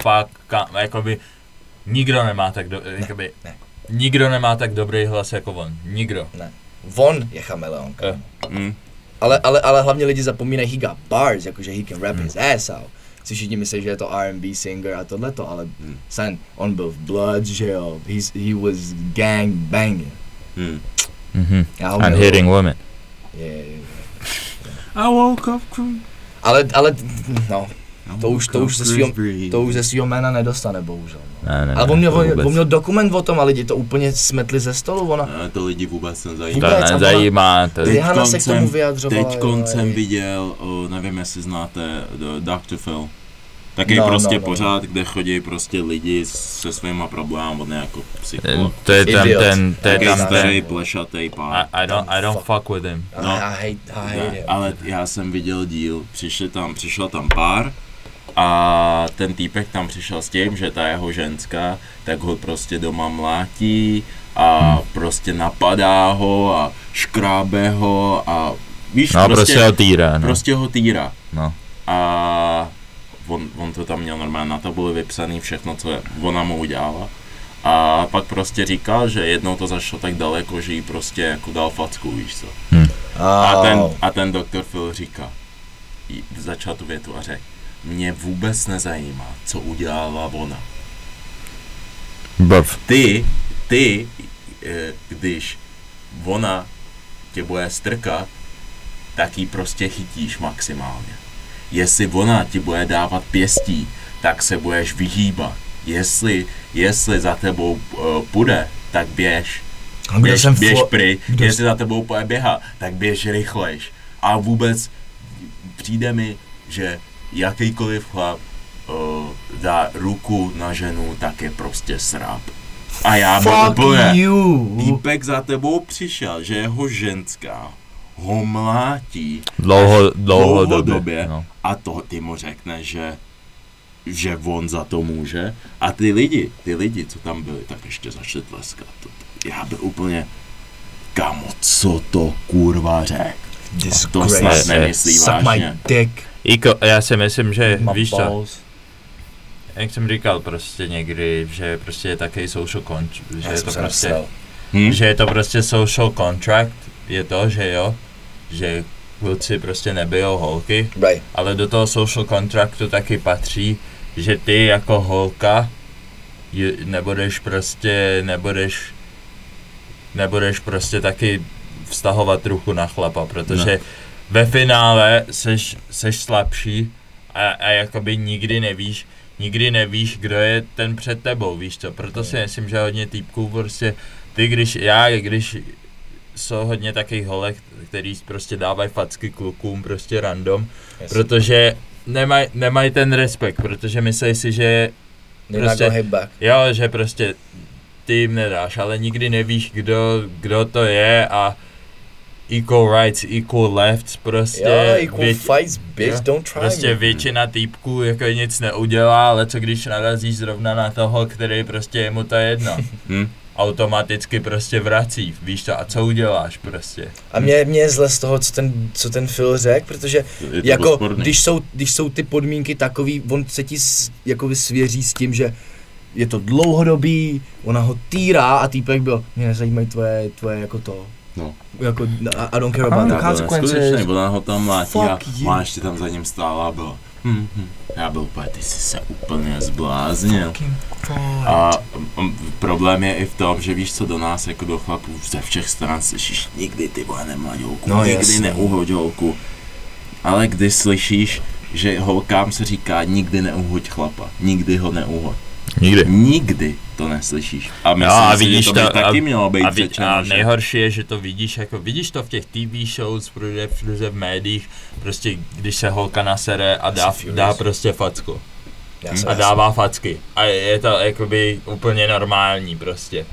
fakt, jakoby, nikdo nemá tak, jakoby, nikdo nemá tak dobrý hlas jako on, nikdo. Ne. On je chameleon, ale hlavně lidi zapomínají, he got bars, jakože he can rap his ass out. Si všichni myslí, že je to R&B singer a tohleto, ale sen, on byl v Bloods, že jo, he was gang banging. And hitting women. Yeah. I woke up Ale no, to už ze svýho jména nedostane, bohužel. Ne, ale on měl dokument o tom a lidi to úplně smetli ze stolu, to lidi vůbec nezajímá. To nezajímá. Rihanna se k tomu vyjadřovala. Teď koncem viděl, nevím jestli znáte Dr. Phil. Taky prostě pořád, kde chodí prostě lidi se svýma problémy, on je jako psycholog. To je tam ten starý plešatej pár. I don't fuck with him. No, I hate him. Ale já jsem viděl díl, přišel tam pár a ten týpek tam přišel s tím, že ta jeho ženská tak ho prostě doma mlátí a prostě napadá ho a škrábe ho a víš, no, prostě ho týrá. No. Prostě ho týrá. No. A on to tam měl normálně na tabuli vypsaný všechno, co ona mu udělala. A pak prostě říkal, že jednou to zašlo tak daleko, že jí prostě jako dal facku, víš co. A ten doktor Phil říká, začal tu větu a řekl, mě vůbec nezajímá, co udělala ona. Ty, když ona tě bude strkat, tak ji prostě chytíš maximálně. Jestli ona ti bude dávat pěstí, tak se budeš vyhýbat. Jestli za tebou půjde, tak běž pryč. Jestli za tebou půjde běhat, tak běž rychlejš. A vůbec přijde mi, že jakýkoliv chlap dá ruku na ženu, tak je prostě sráp. A já byl úplně, týpek za tebou přišel, že jeho ženská ho mlátí dlouhodobě no. A to ty mu řekne, že on za to může a ty lidi, co tam byli, tak ještě začali tleskat. Já byl úplně, kamo, co to kurva řek? To snad nemyslí vážně. Já si myslím, že víš co, jak jsem říkal prostě někdy, že prostě je takový social contract, že je to prostě social contract, je to, že jo, že kluci prostě nebijou holky, ale do toho social contractu taky patří, že ty jako holka nebudeš prostě taky vztahovat ruku na chlapa, protože ve finále seš slabší a jakoby nikdy nevíš, kdo je ten před tebou, víš co, proto si myslím, že hodně týpků prostě, když jsou hodně takových holek, který prostě dávají facky klukům prostě random, protože nemají ten respekt, protože myslí si, že prostě, že prostě ty jim nedáš, ale nikdy nevíš, kdo to je a equal rights, equal lefts, prostě equal fights, bitch, don't try prostě většina týpků jako nic neudělá, ale co když narazíš zrovna na toho, který prostě je mu to jedno. Automaticky prostě vrací, víš to, a co uděláš prostě. A mě je zle z toho, co ten Phil řekl, protože jako, když jsou ty podmínky takový, on se ti jako svěří s tím, že je to dlouhodobý, ona ho týrá a týpek byl, mě nezajímají tvoje jako to. No. Jako, I don't care about the consequences. Ona ho tam mlátí a máš ty tam za ním stála a bylo. Já byl úplně, ty jsi se úplně zbláznil. A problém je i v tom, že víš co, do nás jako do chlapů ze všech stran slyšíš, nikdy ty vole nemlaď holku, nikdy neuhoď holku. Ale když slyšíš, že holkám se říká nikdy neuhoď chlapa, nikdy ho neuhoď. Nikdy to neslyšíš. A myslím si, že to by taky mělo být řečeno. A nejhorší je, že to vidíš to v těch TV shows, všude v médiích, prostě když se holka nasere a dá prostě facku. A dává facky. A je to jakoby úplně normální prostě.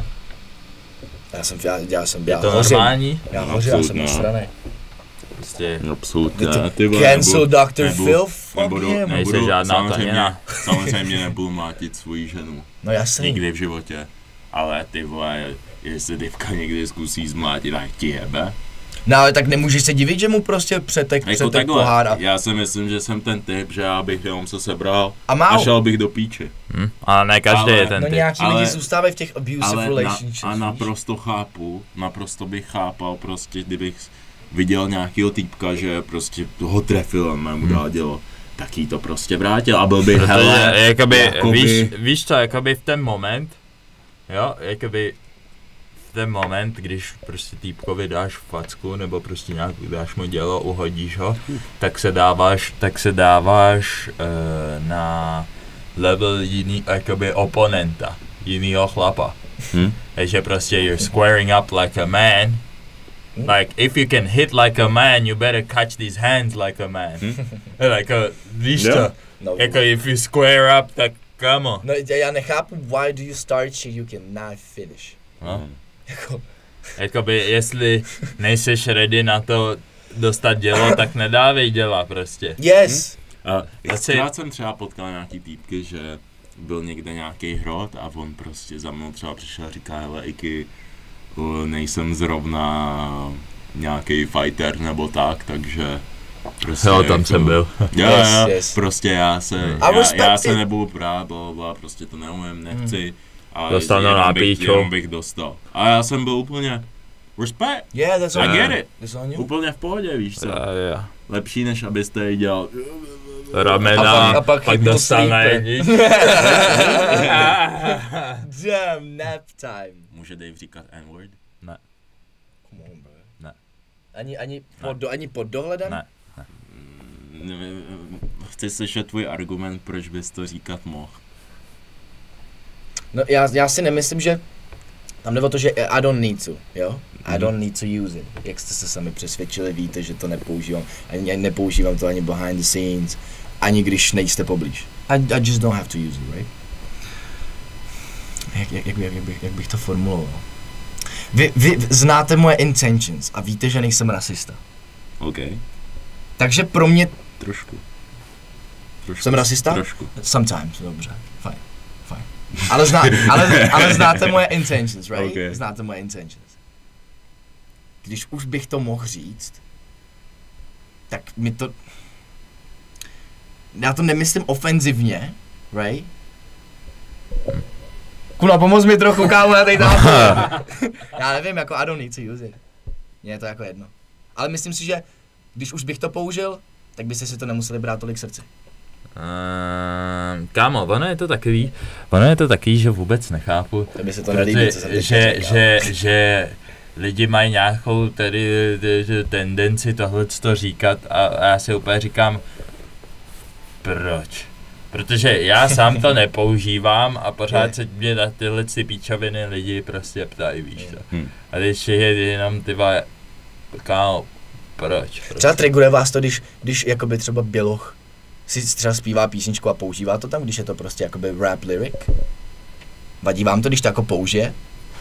Je to normální? Já hořím, já jsem nasranej. Prostě. Absolutně. Cancel Dr. Phil, fuck him. Nejsi žádná taněna. Samozřejmě nebudu mlátit svoji ženu. No jasný. Nikdy v životě. Ale ty vole, jestli Divka někdy zkusí zmlátit, tak ti jebe. No ale tak nemůžeš se divit, že mu prostě přetek pohár a... Já si myslím, že jsem ten typ, že já bych jenom se sebral a šel bych do píči. Ale ne každý je ten typ. No nějaký lidi zůstávají v těch abusive relationships. A naprosto bych chápal prostě, kdybych viděl nějakýho týpka, že prostě toho trefil a mu dá dělo, tak jí to prostě vrátil a byl bych hele, jakoby, víš co, jakoby v ten moment, jo, jakoby v ten moment, když prostě týpkovi dáš facku, nebo prostě nějak dáš mu dělo, uhodíš ho, tak se dáváš na level jiný, jakoby oponenta, jinýho chlapa. Takže prostě you're squaring up like a man. Like, if you can hit like a man, you better catch these hands like a man. Like, víš co? No. Jako, if you square up, tak come on. No, já nechápu, why do you start shit you cannot finish? No. Jako... Jakoby, jestli nejseš ready na to dostat dělo, tak nedávej děla prostě. Yes! Já jsem třeba potkal nějaký týpky, že byl někde nějaký hrot a on prostě za mnou třeba přišel a říká, hele, Iky, nejsem zrovna nějaký fighter nebo tak, takže prostě jo, tam jsem byl. Yes. Prostě já se nebudu prát, blablabla, prostě to neumím, nechci. A jenom bych dostal. A já jsem byl úplně respect. Yeah, that's I get it. That's on you. Úplně v pohodě, víš co. Yeah. Lepší, než abyste dělal ramena, a pak dostal na jednič. Damn, nap time. Může Dave říkat N-word? Ne. Come on, bro. Ne. Ani pod dohledem? Ne. Chci slyšet tvůj argument, proč bys to říkat mohl. No já si nemyslím, že tam jde o to, že I don't need to, jo? I don't need to use it. Jak jste se sami přesvědčili, víte, že to nepoužívám. Ani nepoužívám to ani behind the scenes, ani když nejste poblíž. I just don't have to use it, right? Jak bych to formuloval? Vy znáte moje intentions a víte, že nejsem rasista. OK. Takže pro mě... Trošku. Jsem rasista? Trošku. Sometimes, dobře, fajn. Ale znáte moje intentions, right? Okay. Znáte moje intentions. Když už bych to mohl říct, tak mi to... Já to nemyslím ofenzivně, right? Kuna, pomoz mi trochu, kámo, já tady dám. Já nevím, jako I don't need to use it. Mně je to jako jedno. Ale myslím si, že když už bych to použil, tak byste si to nemuseli brát tolik srdci. Kámo, ono je to takový, že vůbec nechápu, To by se to nelíbí, co jsem že lidi mají nějakou tedy tendenci tohleto říkat a já si úplně říkám, proč? Protože já sám to nepoužívám a pořád se mě na tyhle píčoviny lidi prostě ptají, víš to. A když je jenom ty kámo, proč? Třeba triggeruje vás to, když jakoby třeba běloch si třeba zpívá písničku a používá to tam, když je to prostě jakoby rap lyric? Vadí vám to, když to jako použije?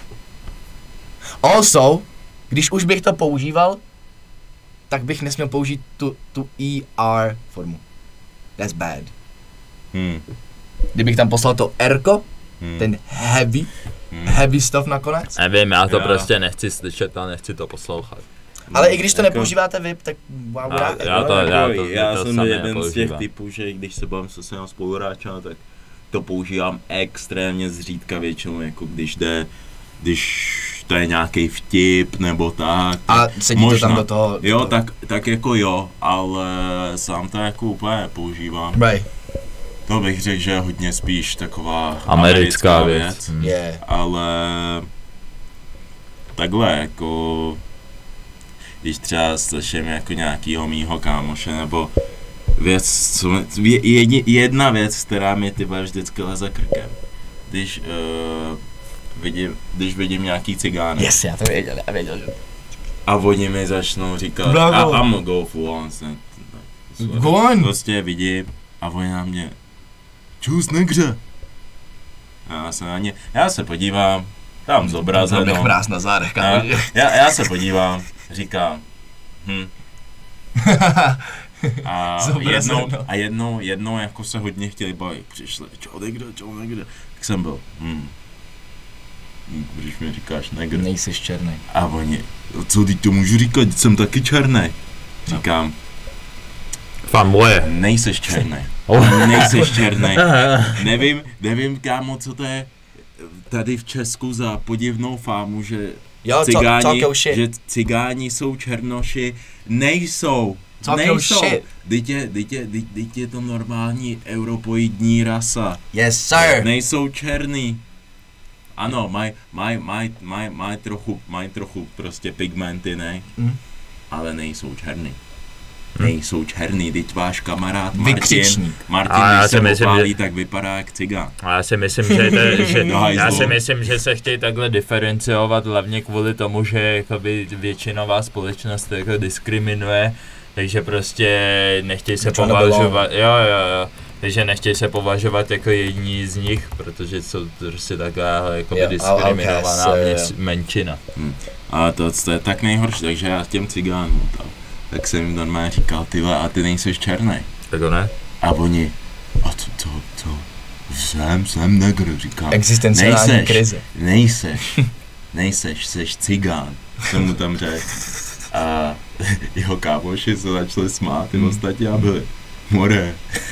Also, když už bych to používal, tak bych nesměl použít tu ER formu. That's bad. Kdybych tam poslal to R-ko, ten heavy stuff nakonec. Nevím, já to prostě nechci slyšet a nechci to poslouchat. Ale i když to nepoužíváte vy, tak wow, já jsem jeden z těch typů, že když se bavím se svým spoluhráčem, tak to používám extrémně zřídka většinou, jako když to je nějaký vtip nebo tak. A sedíte tam do toho. Jo, tak jako jo, ale sám to jako úplně nepoužívám. Right. To bych řekl, že je hodně spíš taková americká věc. Yeah. Ale takhle jako když třeba slyším jako nějakýho mýho kámoše nebo věc, jedna věc, která mi tyba vždycky leze krkem. Když vidím nějaký cigány. Yes, já to věděl, že... A oni mi začnou říkat, I'm gonna go for once. Go on! Prostě vidím a oni na mě, čus negře. Já se podívám, tam zobrazeno. Tam bych mráz na zádech, já se podívám, říkám, A jednou jako se hodně chtěli bavit, přišli, čo někde, tak jsem byl, když mi říkáš negr. Nejseš černý. A oni, co teď to můžu říkat, jsem taky černý. Říkám, Fan moje. nejseš černý. Nejseš černý. Nevím, kámo, co to je tady v Česku za podivnou fámu, že Jo, že cigáni jsou černoši. Nejsou. Teď je to normální europoidní rasa. Yes, sir. Nejsou černý. Ano, mají trochu prostě pigmenty, ne? Ale nejsou černý. Nejsou černý, teď váš kamarád Martin, když se opálí, tak vypadá jak cigán. A já si myslím, že se chtějí takhle diferenciovat hlavně kvůli tomu, že jakoby většinová společnost jako diskriminuje, takže prostě nechtějí se považovat, takže nechtějí se považovat jako jedni z nich, protože jsou prostě taková jakoby diskriminovaná menšina. A to je tak nejhorší, takže já těm cigánům tak jsem jim normálně říkal, ty vole, a ty nejseš černý. Tak ne? A oni, a co? Jsem negr, říkám. Existenciální krize. Nejseš, seš cigán. Jsem mu tam řekl. A jeho kámoši se začali smát, ty ostatní a byli, more.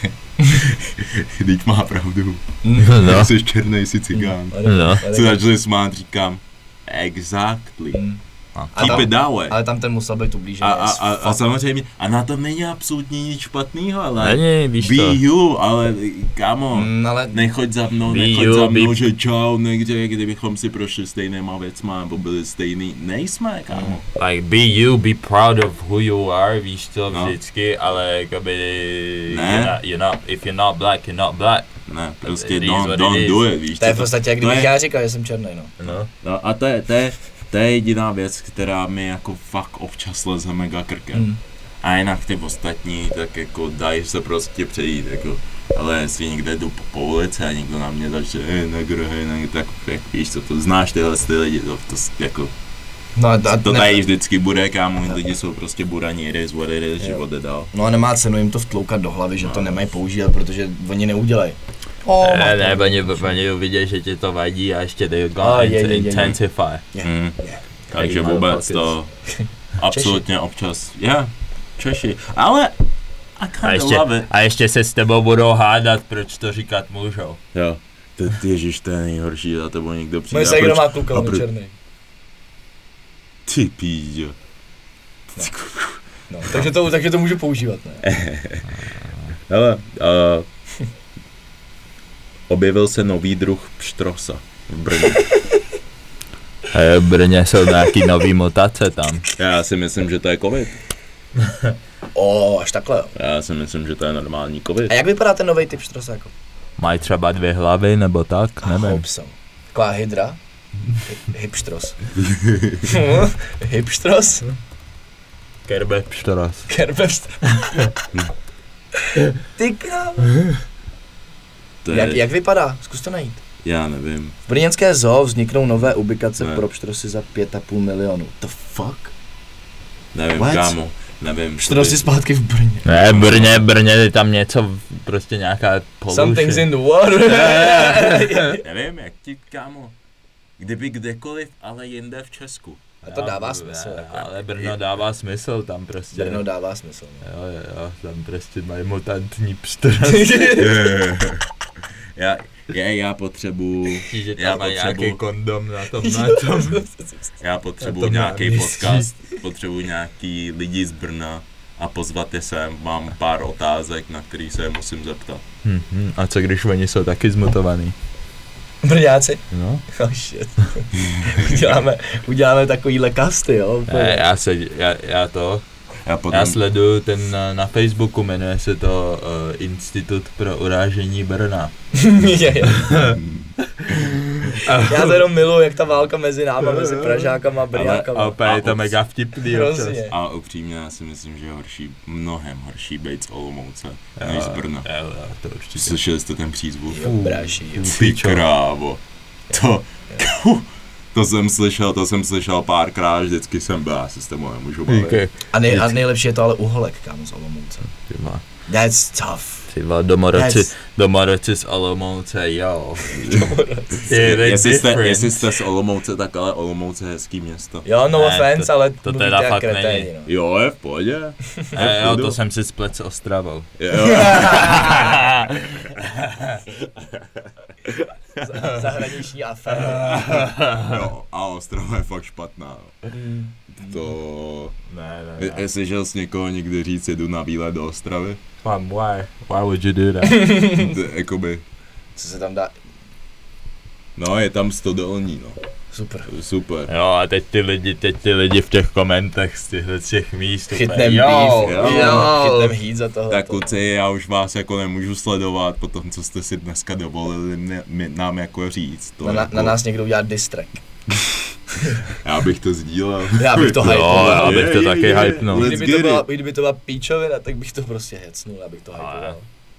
Teď má pravdu. Nejseš černý, jsi cigán. Se začali smát, říkám, exactly. Keep it that way. Ale tam ten musel být ublížený. A samozřejmě, a na tom není absolutně nic špatného, ale není, víš be to. you, ale kámo, ale nechoď za mnou, že čau, někde, kdybychom si prošli stejnýma věcma, nebo byli stejný, nejsme, kámo. Like be you, be proud of who you are, víš to vždycky, ale jakoby, if you're not black, you're not black. Ne, prostě don't do it, víš. To je v podstatě, jak kdybych já říkal, že jsem černý, no. A to je jediná věc, která mi jako fakt občas leze mega krkem. A jinak ty ostatní, tak jako dají se prostě přejít, jako. Ale jestli někde jdu po ulici a někdo na mě začne, negr, tak jak víš co, to znáš tyhle ty lidi, to jako. No, to tady vždycky bude, kámo, lidi jsou prostě buraní, it is what it is, život jde dál. No a nemá cenu jim to vtloukat do hlavy, že to nemají používat, protože oni neudělají. Oni uvidí, že ti to vadí a ještě they gonna intensify. Takže vůbec to absolutně občas, Češi, ale a ještě se s tebou budou hádat, proč to říkat můžou. Jo, ježiš, to je nejhorší, za tebou někdo přijde. Můj se kdo má kluka, on černý. Ty píďo. No, takže to můžu používat, ne? Hele, objevil se nový druh pštrosa v Brně. V Brně jsou nějaký nový mutace tam. Já si myslím, že to je covid. Až takhle. Já si myslím, že to je normální covid. A jak vypadá ten nový typ štrosáku? Mají třeba 2 hlavy nebo tak, nevím. Taková hydra? Hipštros. Hipštros? Kerbepštros. Ty krávo. Jak vypadá? Zkus to najít. Já nevím. V brněnské zoo vzniknou nové ubikace pro pštrosy za 5,5 milionu. The fuck? Nevím, kámo. Nevím. Pštrosy zpátky v Brně. Ne, Brně je tam něco, prostě nějaká pollution. Something's in the water. Nevím, jak ti, kámo. Kdyby kdekoliv, ale jinde v Česku. A to dává smysl. Ale Brno dává smysl, tam prostě. Brno dává smysl. Jo, tam prostě mají mutantní pštrosy. Já potřebuju... Já potřebuju nějaký kondom na tom. Já potřebuju nějaký podcast, potřebuju nějaký lidi z Brna a pozvat je sem. Mám pár otázek, na který se musím zeptat. A co když oni jsou taky zmutovaný? Brňáci? No. Oh shit. uděláme takovýhle kasty, jo? Já sleduju ten na Facebooku, jmenuje se to Institut pro urážení Brna. Já to jenom miluji, jak ta válka mezi náma, mezi Pražákama a Brňákama. A opět je to mega vtipný občas. A upřímně já si myslím, že je mnohem horší být z Olomouce než z Brna. To určitě. Slyšeli jste ten přízvuk? Ty krávo. To jsem slyšel párkrát, vždycky jsem byl, já se s tebou nemůžu bavit. A nejlepší je to ale uholek, kámo, z Olomouce. That's tough. ty vole, domorodci z Olomouce, jo. Jestli jste z Olomouce, tak ale Olomouce je hezký město. Jo, no offense, ale to teda fakt není. No. Jo, je v pohodě. Jo, to jsem si splet s Ostravou. Zahraniční aféra. Jo, a Ostrava je fakt špatná. To... Ne. Jestli žel s někoho někdy říct, jdu na výlet do Ostravy? Why would you do that? Jakoby... Co se tam dá? No, je tam stodolní, no. Super. Jo, a teď ty lidi v těch komentech z těch míst. Chytnem jo. Chytnem heat za tohle. Tak kluci, já už vás jako nemůžu sledovat po tom, co jste si dneska dovolili nám jako říct. To na jako... nás někdo udělá diss track. Já bych to sdílel. Já bych to hypnul. Já bych to taky hypnul. Kdyby to byla píčovina, tak bych to prostě hecnul, abych to hypnoval.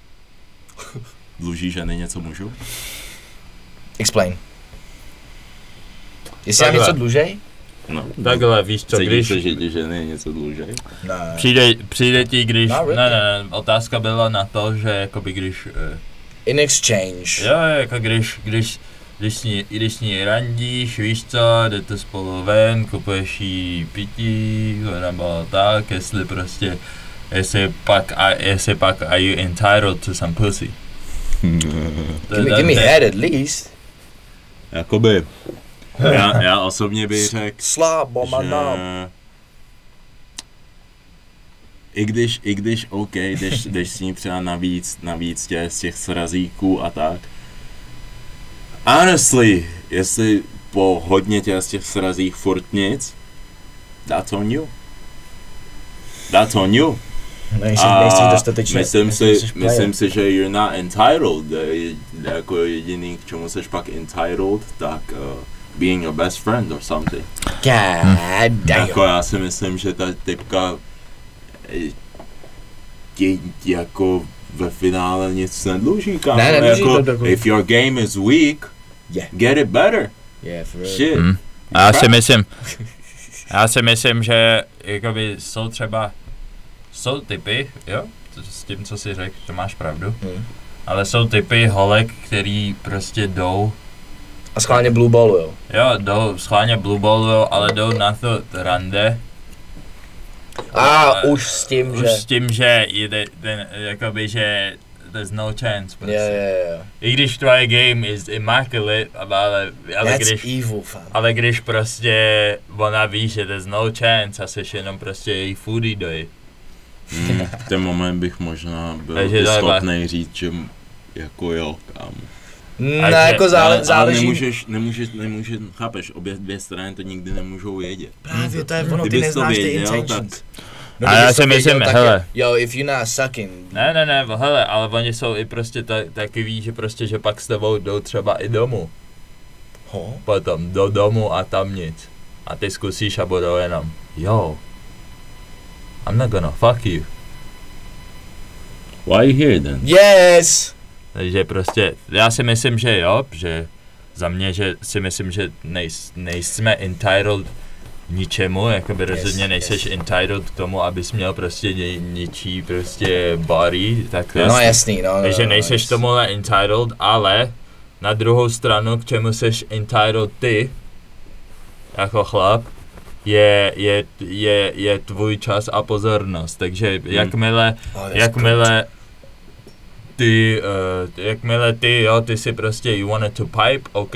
Dluží ženy něco můžu? Explain. Jestli já něco dlužej? No. Takhle, víš co, když... Cítíš, že ti ženy něco dlužej? Ne. Přijde ti, když... No, really? Ne, otázka byla na to, že jakoby když... In exchange. Jo, jako když s ní randíš, víš co, jdete spolu ven, kupuješ jí pití, nebo tak, jestli pak are you entitled to some pussy? Give me head at least. Jakoby, já osobně bych řekl, že i když OK, jdeš s ní třeba navíc z těch srazíků a tak. Honestly, jestli po hodně z těch srazích furt nic, that's on you. Nejsi dostatečně. Myslím si, že you're not entitled. Jako jediný, k čemu seš pak entitled, tak being your best friend or something. God damn. Jako já si myslím, že ta typka ti jako ve finále nic nedluží, kámo. Jako, if your game is weak, get it better. Yeah, for real. Shit. Já si myslím, že jakoby jsou typy, jo, s tím, co jsi řekl, že máš pravdu, ale jsou typy holek, který prostě jdou a schválně blue ballujou. Jo, jdou schválně blue ballujou, ale jdou na to rande. Už s tím, že jakoby, že there's no chance prostě. Yeah. I když tvoje game is immaculate, ale když prostě ona ví, že there's no chance a seš jenom prostě její foodie dojí. V ten moment bych možná byl schopný říct, že jako jo, kámo. Ne, jako záleží. Ale nemůžeš, chápeš, obě dvě strany to nikdy nemůžou vědět. Právě to je ono, ty neznáš ty intentions. No, a já si myslím, hele. Jo, if you're not sucking. Ne, hele, ale oni jsou i prostě taky ví, že prostě, že pak s tebou jdou třeba i domů. Potom do domu a tam nic. A ty zkusíš a budou jenom, yo, I'm not gonna fuck you. Why you here then? Yes! Takže prostě, já si myslím, že jo, že za mě, že si myslím, že nejsme entitled ničemu, jakoby rozhodně nejseš entitled k tomu, abys měl prostě ničí prostě body, tak to no jasný, no. Takže nejseš tomuhle entitled, ale na druhou stranu, k čemu seš entitled ty, jako chlap, je tvůj čas a pozornost, takže jakmile ty, jo, ty si prostě you wanted to pipe, ok,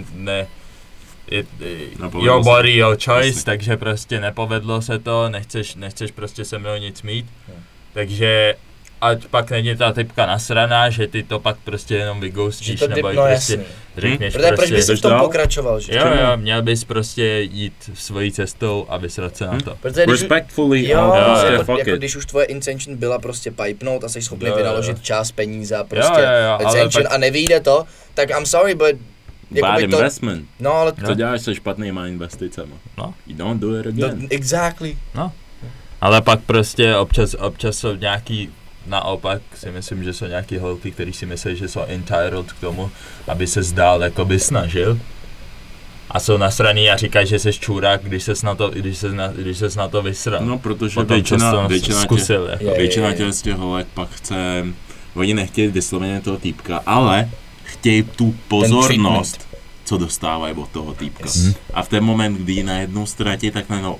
your body, your choice, takže prostě nepovedlo se to, nechceš prostě se mnou nic mít, takže ať pak není ta typka nasraná, že ty to pak prostě jenom vygoustíš, nebo prostě řekneš prostě... Proč bys v tom pokračoval, že? Jo, měl bys prostě jít svojí cestou a vysrat se na to. Respectfully, jako když už tvoje intention byla prostě pipenout a jsi schopný vynaložit čas, peníze a prostě attention a nevyjde to, tak I'm sorry, but... Bad investment. No, ale... Co děláš se špatnýma investicema? No. You don't do it again. Exactly. No. Ale pak prostě občas jsou nějaký, naopak si myslím, že jsou nějaký holky, který si myslí, že jsou entitled k tomu, aby se zdál, jako by snažil. A jsou nasraný a říkají, že jsi čurák, když ses na to vysral. No, protože většina většina těch holek pak chce oni nechtějí vysloveně toho týpka, ale chtějí tu pozornost, co dostávají od toho týpka. Yes. A v ten moment, kdy ji najednou ztratí, tak najednou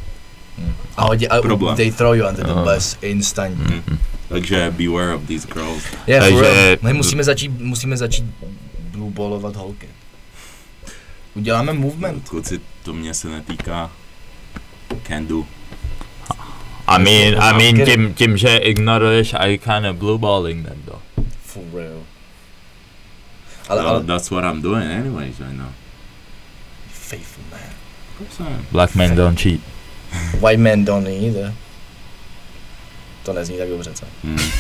A problém. they throw you under the bus instantně. Takže beware of these girls. Yeah, for Takže- real. My musíme začít blueballovat holky. Uděláme movement. Kluci, to mě se netýká. Can do. I mean, tím, že ignoruješ I kinda blueballing them though. For real. Well, Ale that's what I'm doing anyways right now. faithful man. Of course I am. Black men don't cheat. White men don't either. To nezní tak dobře, co?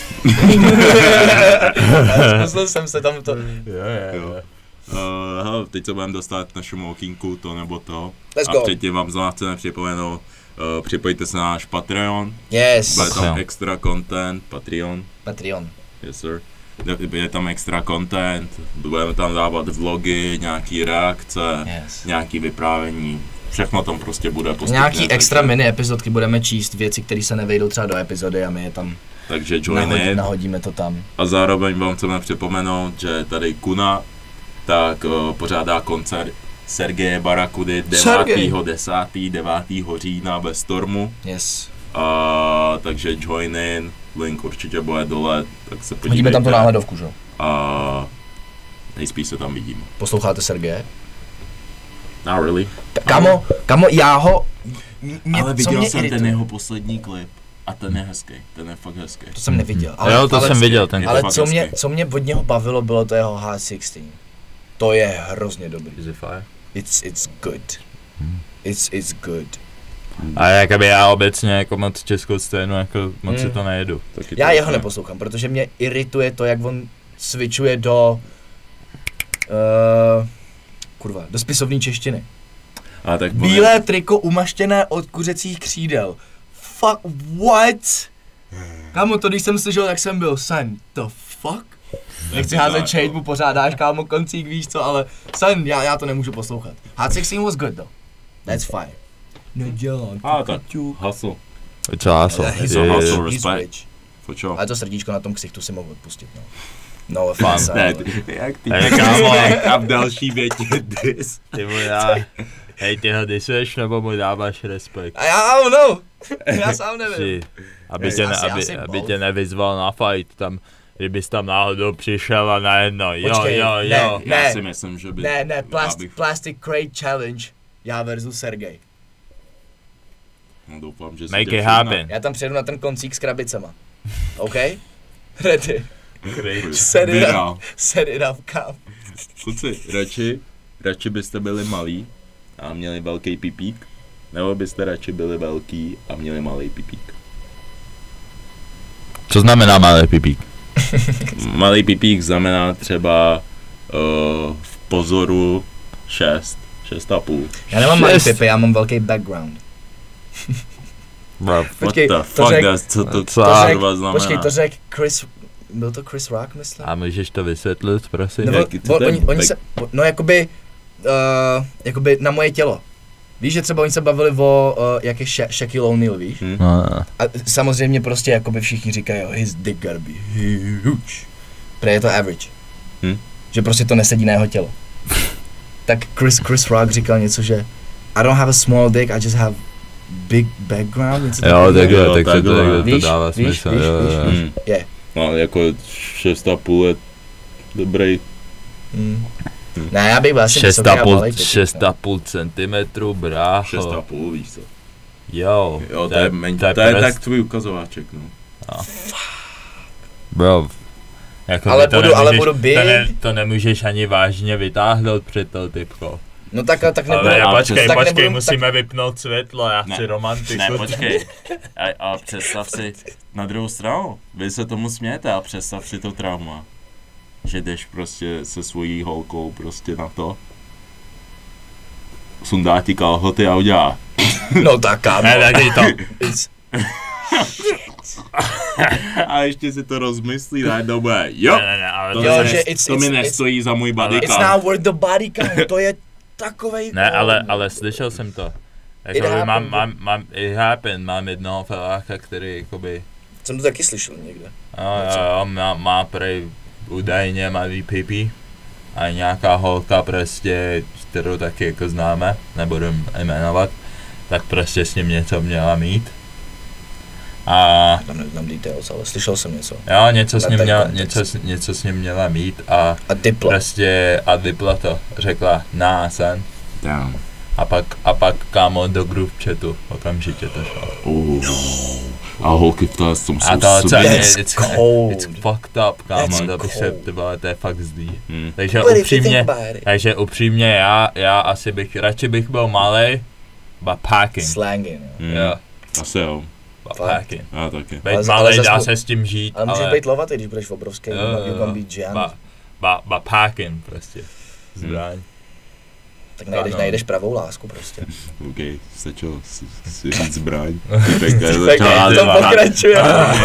Zkusil jsem se tam to. Jo. Hele, teď se budeme dostat na šumokinku, to nebo to. Let's A go. předtím vám znovu chceme připomenout, připojte se na náš Patreon, Yes. bude tam Patreon. extra content, Patreon. yes sir. Je tam extra content, budeme tam dávat vlogy, nějaký reakce, Yes. nějaký vyprávění, všechno tam prostě bude postupně. Nějaký extra mini epizodky budeme číst, věci, které se nevejdou třeba do epizody a my je tam Takže join in. nahodíme to tam. A zároveň vám chceme připomenout, že tady Kuna tak pořádá koncert Sergeje Barakudy 9. října ve Stormu. Yes. Takže join in, link určitě bude dole, tak se podívejte. Hodíme tam tu náhledovku, že? A nejspíš se tam vidíme. Posloucháte Sergeje? Not really. Kamo, já ho... Ale co viděl mě jsem irituje? ten jeho poslední klip a ten je hezký, ten je fakt hezký. To jsem neviděl. Jo, to jsem viděl ten. Ale fakt co hezký. mě od něho bavilo, bylo to jeho H16. To je hrozně dobrý. Is it fire? It's good. It's good. A jakoby já obecně jako moc českou scénu, jako moc si to nejedu. Taky Já to jeho je. neposlouchám, protože mě irituje to, jak on switchuje do... do spisovné češtiny. A tak Bílé triko umaštěné od kuřecích křídel. Fuck, what? Kámo, to když jsem slyšel, tak jsem byl, son, the fuck? Nechci házet shade, mu pořádáš, kámo, koncík, víš co, ale son, já to nemůžu poslouchat. H16 was good though. That's fine. Nedělám. A tak, hustle. Co haso? He's a hustle. he's respect. rich. Fočo. Ale to srdíčko na tom ksichtu si mohu odpustit, no. No offense, Ne, ale... jak ty Kámo. a v další větě dis. Ty mu dá... Hej, ty ho disuješ, nebo mu dáváš respekt? A já don't know. Já sám nevím. Si, aby Asi aby both. tě nevyzval na fight, tam, kdybys tam náhodou přišel a najednou, jo, Počkej, jo, ne. jo. Já si myslím, že by... Ne, já bych- Plastic Crate Challenge. Já versus Sergej. No, doufám, že si Make tě it všimne. happen. Já tam přijedu na ten koncík s krabicema. OK? Ready? Great. Set it Viral. up. Set it up, kam. Kluci, radši byste byli malí a měli velký pipík, nebo byste radši byli velký a měli malý pipík? Co znamená malý pipík? Malý pipík znamená třeba v pozoru 6,5. Já nemám malý 6. pipy, já mám velký background. Bro, What Počkej, the to fuck řek- does, co to co- kurva znamená? Počkej, to řekl Chris... Byl to Chris Rock, myslím? a můžeš to vysvětlit, prosím? Nebo, jaký- co to je oni se... No jakoby na moje tělo. Víš, že třeba oni se bavili o, jak je Shaquille O'Neal, víš? No, A samozřejmě prostě jakoby všichni říkají, jo, his dick gotta be huge. Protože je to average. Že prostě to nesedí na jeho tělo. Tak Chris Rock říkal něco, že I don't have a small dick, I just have big background. Něco jo, takového. takhle, Jo, tak to takhle. to Víš, dává víš, smysl, víš, jo, víš, jo. víš. Je. No, jako 6,5 je dobrý. Ne, já bych byl asi vysoký a malej pipík, no. 6,5 centimetru, brácho. 6,5, víš co? Jo, Jo, to je prst. tak tvůj ukazováček, no. Bro, jako Ale to budu- ale nemůžeš- budu big. to nemůžeš ani vážně vytáhnout před tou typkou. No tak nebudu. Ale počkej, tak počkej, nebudu- musíme vypnout světlo, já chci Ne, romantiku. Ne, počkej. A představ si na druhou stranu. Vy se tomu smějete a představ si to trauma. Že jdeš prostě se svojí holkou prostě na to. Sundá ti kalhoty a udělá. No tak kámo. Ne, taky to. It's- A ještě si to rozmyslí, najednou bude. Jo! Ne, ale To, Jo, mi že ne, it's- to mi it's- nestojí za můj body It's count. not worth the body count, to je takovej... Ne, ale slyšel jsem to. Jako happened. mám, it happened, mám jednoho feláka, který jakoby, Jsem to taky slyšel někde. Jo, má prej údajně malý pipi a nějaká holka prostě, kterou taky jako známe, nebudu jmenovat, tak prostě s ním něco měla mít. A tam neznám details, ale slyšel jsem něco. jo, něco s ním měla mít a diplo. prostě a vypla to, řekla sen. Damn. A pak kámo do group chatu, okamžitě to šlo. A holky v tom jsou A to It's cold. It's fucked up, kámo, to bych se, to je fakt zlý. Takže upřímně já asi radši bych byl malej, but packing. Slanging, Jo. Asi jo. Packing. Já taky. Být malej dá se s tím žít, ale můžeš být lovatý, když budeš obrovský, you can be giant. But packing prostě. Zbraň. Tak najdeš pravou lásku prostě. OK, stačilo si říct zbraň. To pokračuje.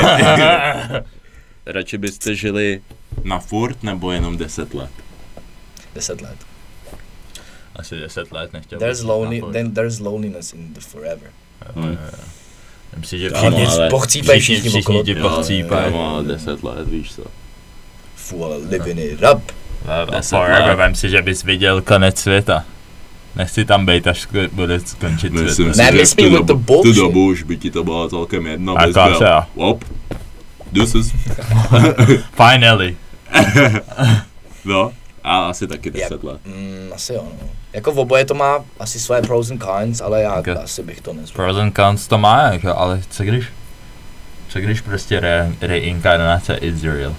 Radši byste žili na furt nebo jenom 10 let? 10 let. Asi 10 let nechtěl There's loneliness in the forever. Myslím, že všichni ti pochcípají. Ale 10 let, víš co. Ale living it up. Forever, vem si, že bys viděl konec světa. Nechci tam být, až bude skončit svět. Ne, tu dobu už by ti to bylo celkem jedno, bys byl, wop, deuces. Finally. No, a asi taky 10 let. Asi jo, no. Jako v oboje to má asi své pros and cons, ale já asi bych to nezval. Pros and cons to má, jako, ale co když prostě reinkarnace is real?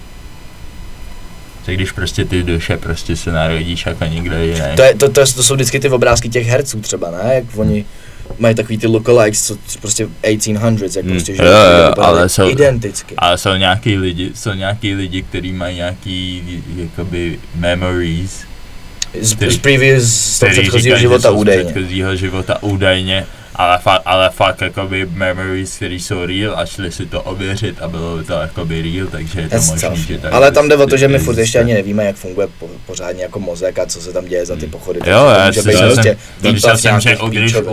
Co když prostě ty duše prostě se narodíš jako nikdo jiný? To jsou vždycky ty obrázky těch herců třeba, ne? Jak oni mají takový ty lookalikes, co prostě 1800s, jak prostě že identicky. Ale jsou nějaký lidi, kteří mají nějaký jakoby memories. Z předchozího života údajně. Ale fakt jakoby memories, který jsou real a šli si to ověřit a bylo to jakoby real, takže je to možný, že tak. Ale tam jde o to, že my furt ještě ani nevíme, jak funguje pořádně jako mozek a co se tam děje za ty pochody. Jo, já jsem, že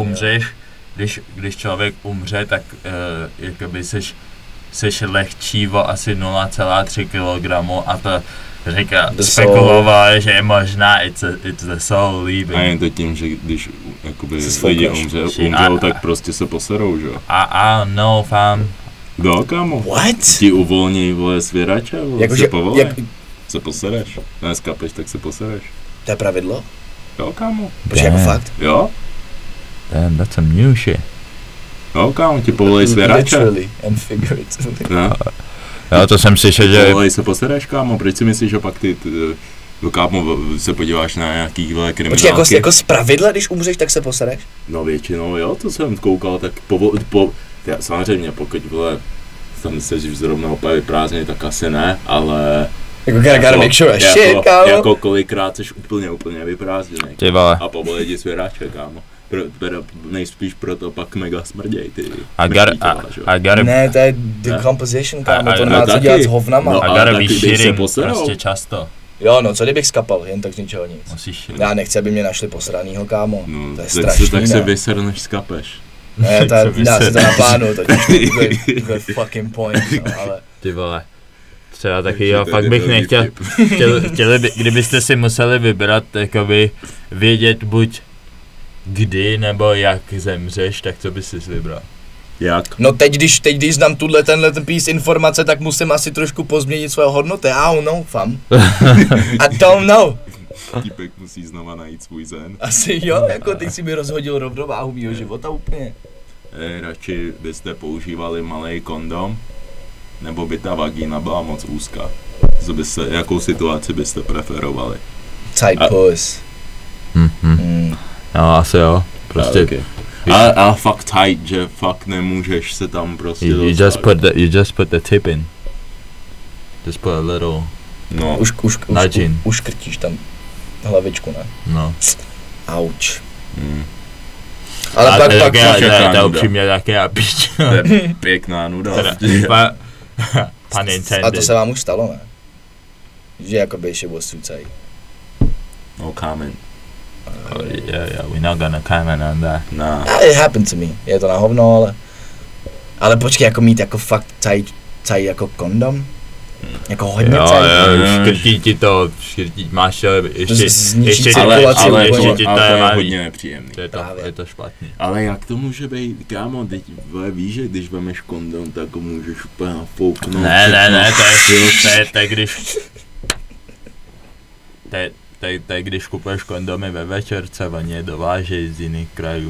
když člověk umře, tak jakoby seš lehčí o asi 0,3 kg a to spekuloval, že je možná it's the soul leaving. A jen to tím, že když jakoby lidi umřou, tak prostě se poserou, že jo? No, fam. Jo, kámo. What? Ti uvolní, vole, svěrače, vole, se povolí. Se posereš. Neskapeš, tak se posereš. To je pravidlo? Jo, kámo. Protože jako fakt? Jo. Damn, that's some new shit. Jo, kámo, ti povolí svěrače. Literally and figuratively. No. Jo, to jsem slyšel, že... Povolej se posereš, kámo, proč si myslíš, že pak ty kámo, se podíváš na nějaký kriminálky? Počkej, jako z pravidla, když umřeš, tak se posereš? No většinou, jo, to jsem koukal, tak samozřejmě, pokud, vole, tam jsi zrovna opět vyprázdněný, tak asi ne, ale... Jako gotta make sure shit, kámo. Jako kolikrát jsi úplně vyprázdněný. Ty vole. A povolej ti svěráče, kámo. Nejspíš proto pak mega smrděj, ty. Ne, to je decomposition, kámo, to nemá co dělat s hovnama. No, a gotta be shitting prostě často. Jo, no, co kdybych skapal, jen tak z ničeho nic. Já nechci, aby mě našli posranýho, kámo, no, to je strašný, tak se vyser, než skapeš. Ne, já si to naplánuju, totiž, good fucking point, no, ale... Ty vole. Třeba taky jo, fakt bych nechtěl, kdybyste si museli vybrat, jakoby vědět buď kdy nebo jak zemřeš, tak co bys si vybral? Jak? No teď, když znám tenhle piece informace, tak musím asi trošku pozměnit své hodnoty. I don't know, fam. I don't know. Týpek musí znova najít svůj zen. Asi jo, jako teď si mi rozhodil rovnováhu mýho života úplně. Radši byste používali malej kondom, nebo by ta vagína byla moc úzká? Jakou situaci byste preferovali? Tight puss. No asi jo, prostě. Okay. A fakt tight, že fakt nemůžeš se tam prostě you just put the tip in. Just put a little. No. Uškrtíš tam hlavičku, ne? No. Ouch. Ale pak to upřímně také a pič. To je pěkná nuda. Pan intended. A to se vám už stalo, ne? Že jakoby she was suicide. No comment. Yeah, we're not gonna comment on that. Nah. It happened to me. Je to na hovno, ale počkej, jako mít jako fakt cají jako kondom? Jako hodně Jo, cají? škrtí ti to, máš ještě Zničí ti cirkulaci ale úplně. ještě ti ale to je má hodně nepříjemný. je to špatný. Ale jak to může být, kámo, teď víš, že když vemeš kondom, tak ho můžeš úplně nafouknout. Ne, to je když... To je když kupuješ kondomy ve večerce, oni je dovážejí z jiných krajů.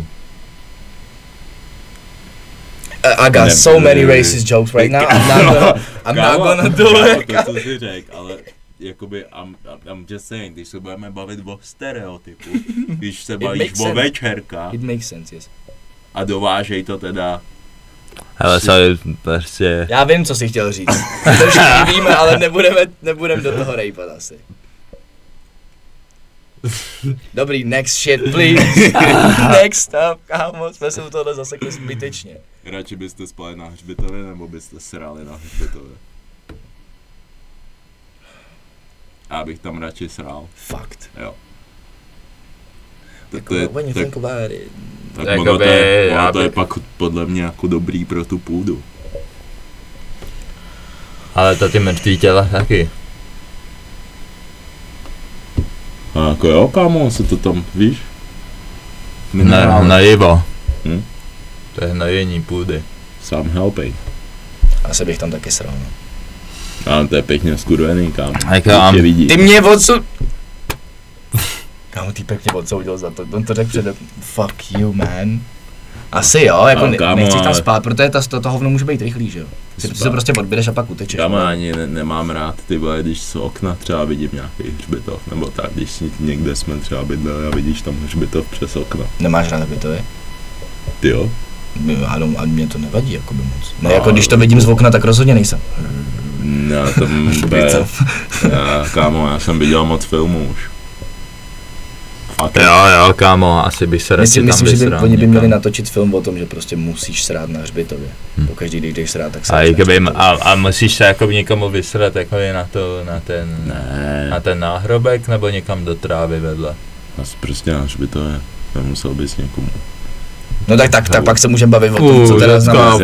I got so many racist jokes right now, I'm not gonna do it. To, co jsi řekl, ale jakoby, I'm just saying, když se budeme bavit o stereotypu, když se bavíš o večerkách It makes sense, yes. a dovážej to teda. Ale prostě... Já vím, co jsi chtěl říct. To všichni víme, ale nebudeme do toho rejpat asi. Dobrý, next shit, please. Next stop, kámo, jsme se u tohle zasekli zbytečně. Radši byste spali na hřbitově, nebo byste srali na hřbitově? Já bych tam radši srál. Fakt. Jo. Jako, when you think about it. Tak Jakoby, ono to je pak podle mě jako dobrý pro tu půdu. Ale to ty mrtvý těla taky. A jako jo, kámo, se to tam, víš? Najivo. To je hnojení půdy. Sám helpej. Asi bych tam taky sral, no. Ale to je pěkně skurvený, kámo. Jako, Vidí. Ty mě odsud... Kámo, týpek mě odsoudil za to, on to řekl přede... Fuck you, man. Asi jo, jako nechceš tam spát, protože to hovno může být rychlý, že jo? Si to prostě odběreš a pak utečeš. Kámo, ani nemám rád ty vole, když z okna třeba vidím nějaký hřbitov, nebo tak, když někde jsme třeba bydleli a vidíš tam hřbitov přes okno. Nemáš rád hřbitovy? Ty jo? A mě to nevadí, jakoby moc. Ne, jako když to vidím z okna, tak rozhodně nejsem. Já tam kámo, já jsem viděl moc filmů už. Jo, kámo, asi bych se radši tam Myslím, že vysral. oni by měli natočit film o tom, že prostě musíš srát na hřbitově. Pokaždý, když jdeš srát, tak srát a musíš se jako někomu vysrat jako na ten náhrobek, nebo někam do trávy vedle? Asi prostě na hřbitově, nemusel bys někomu. No tak pak se můžeme bavit o tom, co teda znamená.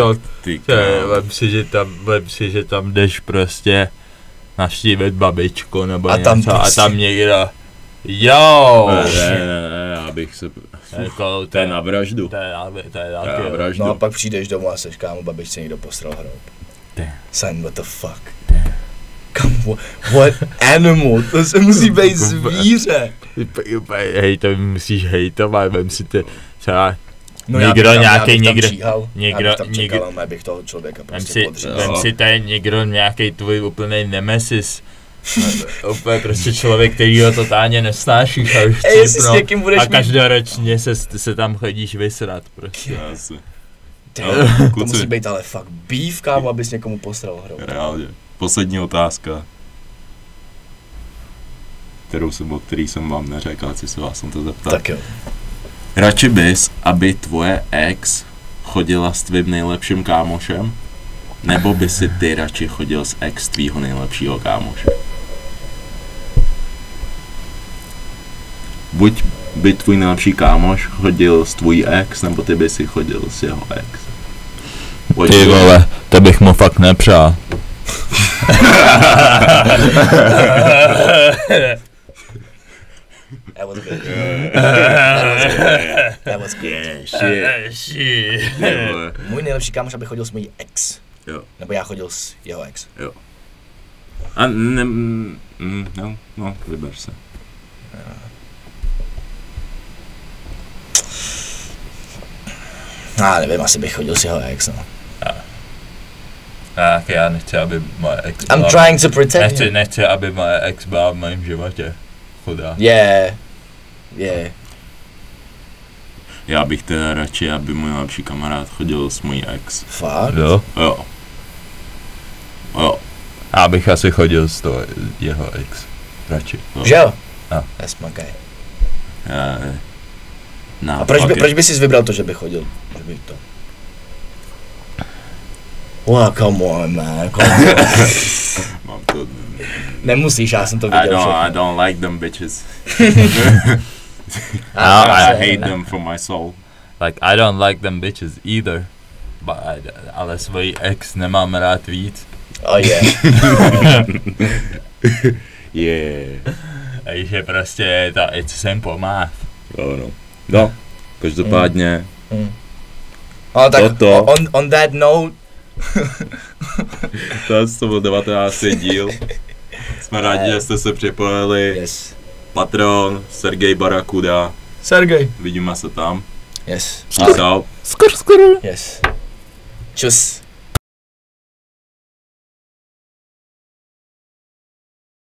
Vem si, že tam jdeš prostě navštívit babičku nebo a něco tam prostě... a tam někdo jo! Ne, já bych se... Jako, to je na vraždu. To je na vraždu. No a pak přijdeš domů a seš, kámo, babičce někdo posral hrob. Son, what the fuck? Kámo, what animal? To se musí být zvíře. Hej, to musíš hejtovat, vem si ty třeba... No někdo já bych tam čekal, abych toho člověka prostě podřízal. Vem si to je někdo nějaký tvůj úplnej nemesis. Úplně prostě člověk, který ho totálně nesnášíš a už a každoročně se tam chodíš vysrat prostě. To musí být ale fakt beef, kámo, abys někomu posral hrob. Reálně. Poslední otázka. O který jsem vám neřekl, ale se vás jsem to zeptal. Tak jo. Radši bys, aby tvoje ex chodila s tvým nejlepším kámošem? Nebo by si ty radši chodil s ex tvýho nejlepšího kámoše? Buď by tvůj nejlepší kámoš chodil s tvůj ex, nebo ty by si chodil s jeho ex. Ty vole, to bych mu fakt nepřál. That was good. That was good. Yeah, shit. Můj nejlepší kámoš, aby chodil s mojí ex. Jo. Nebo já chodil s jeho ex. Jo. A no, vyber se. Nevím, asi bych chodil s jeho ex, no. Já nechci, aby moje ex I'm trying to protect him. Nechci, aby moje ex byla v mém životě. Chudá. Yeah. Já bych teda radši, aby můj nejlepší kamarád chodil s mojí ex. Fakt? Jo. Já bych asi chodil s jeho ex. Radši. Že jo? That's my guy. A proč by jsi vybral to, že by chodil? Že by to... Well, come on, man. Mám to... Nemusíš, já jsem to viděl všechno. I don't like them bitches. I hate them from my soul. Like, I don't like them bitches either. ale svoji ex nemám rád víc. Takže prostě to it's simple math. No, každopádně. Ale tak on that note. To byl 19. díl. Jsme rádi, že jste se připojili. Yes. Patron, Sergej Barakuda. Sergej. Vidíme se tam. Yes. Peace out. Yes. Čus.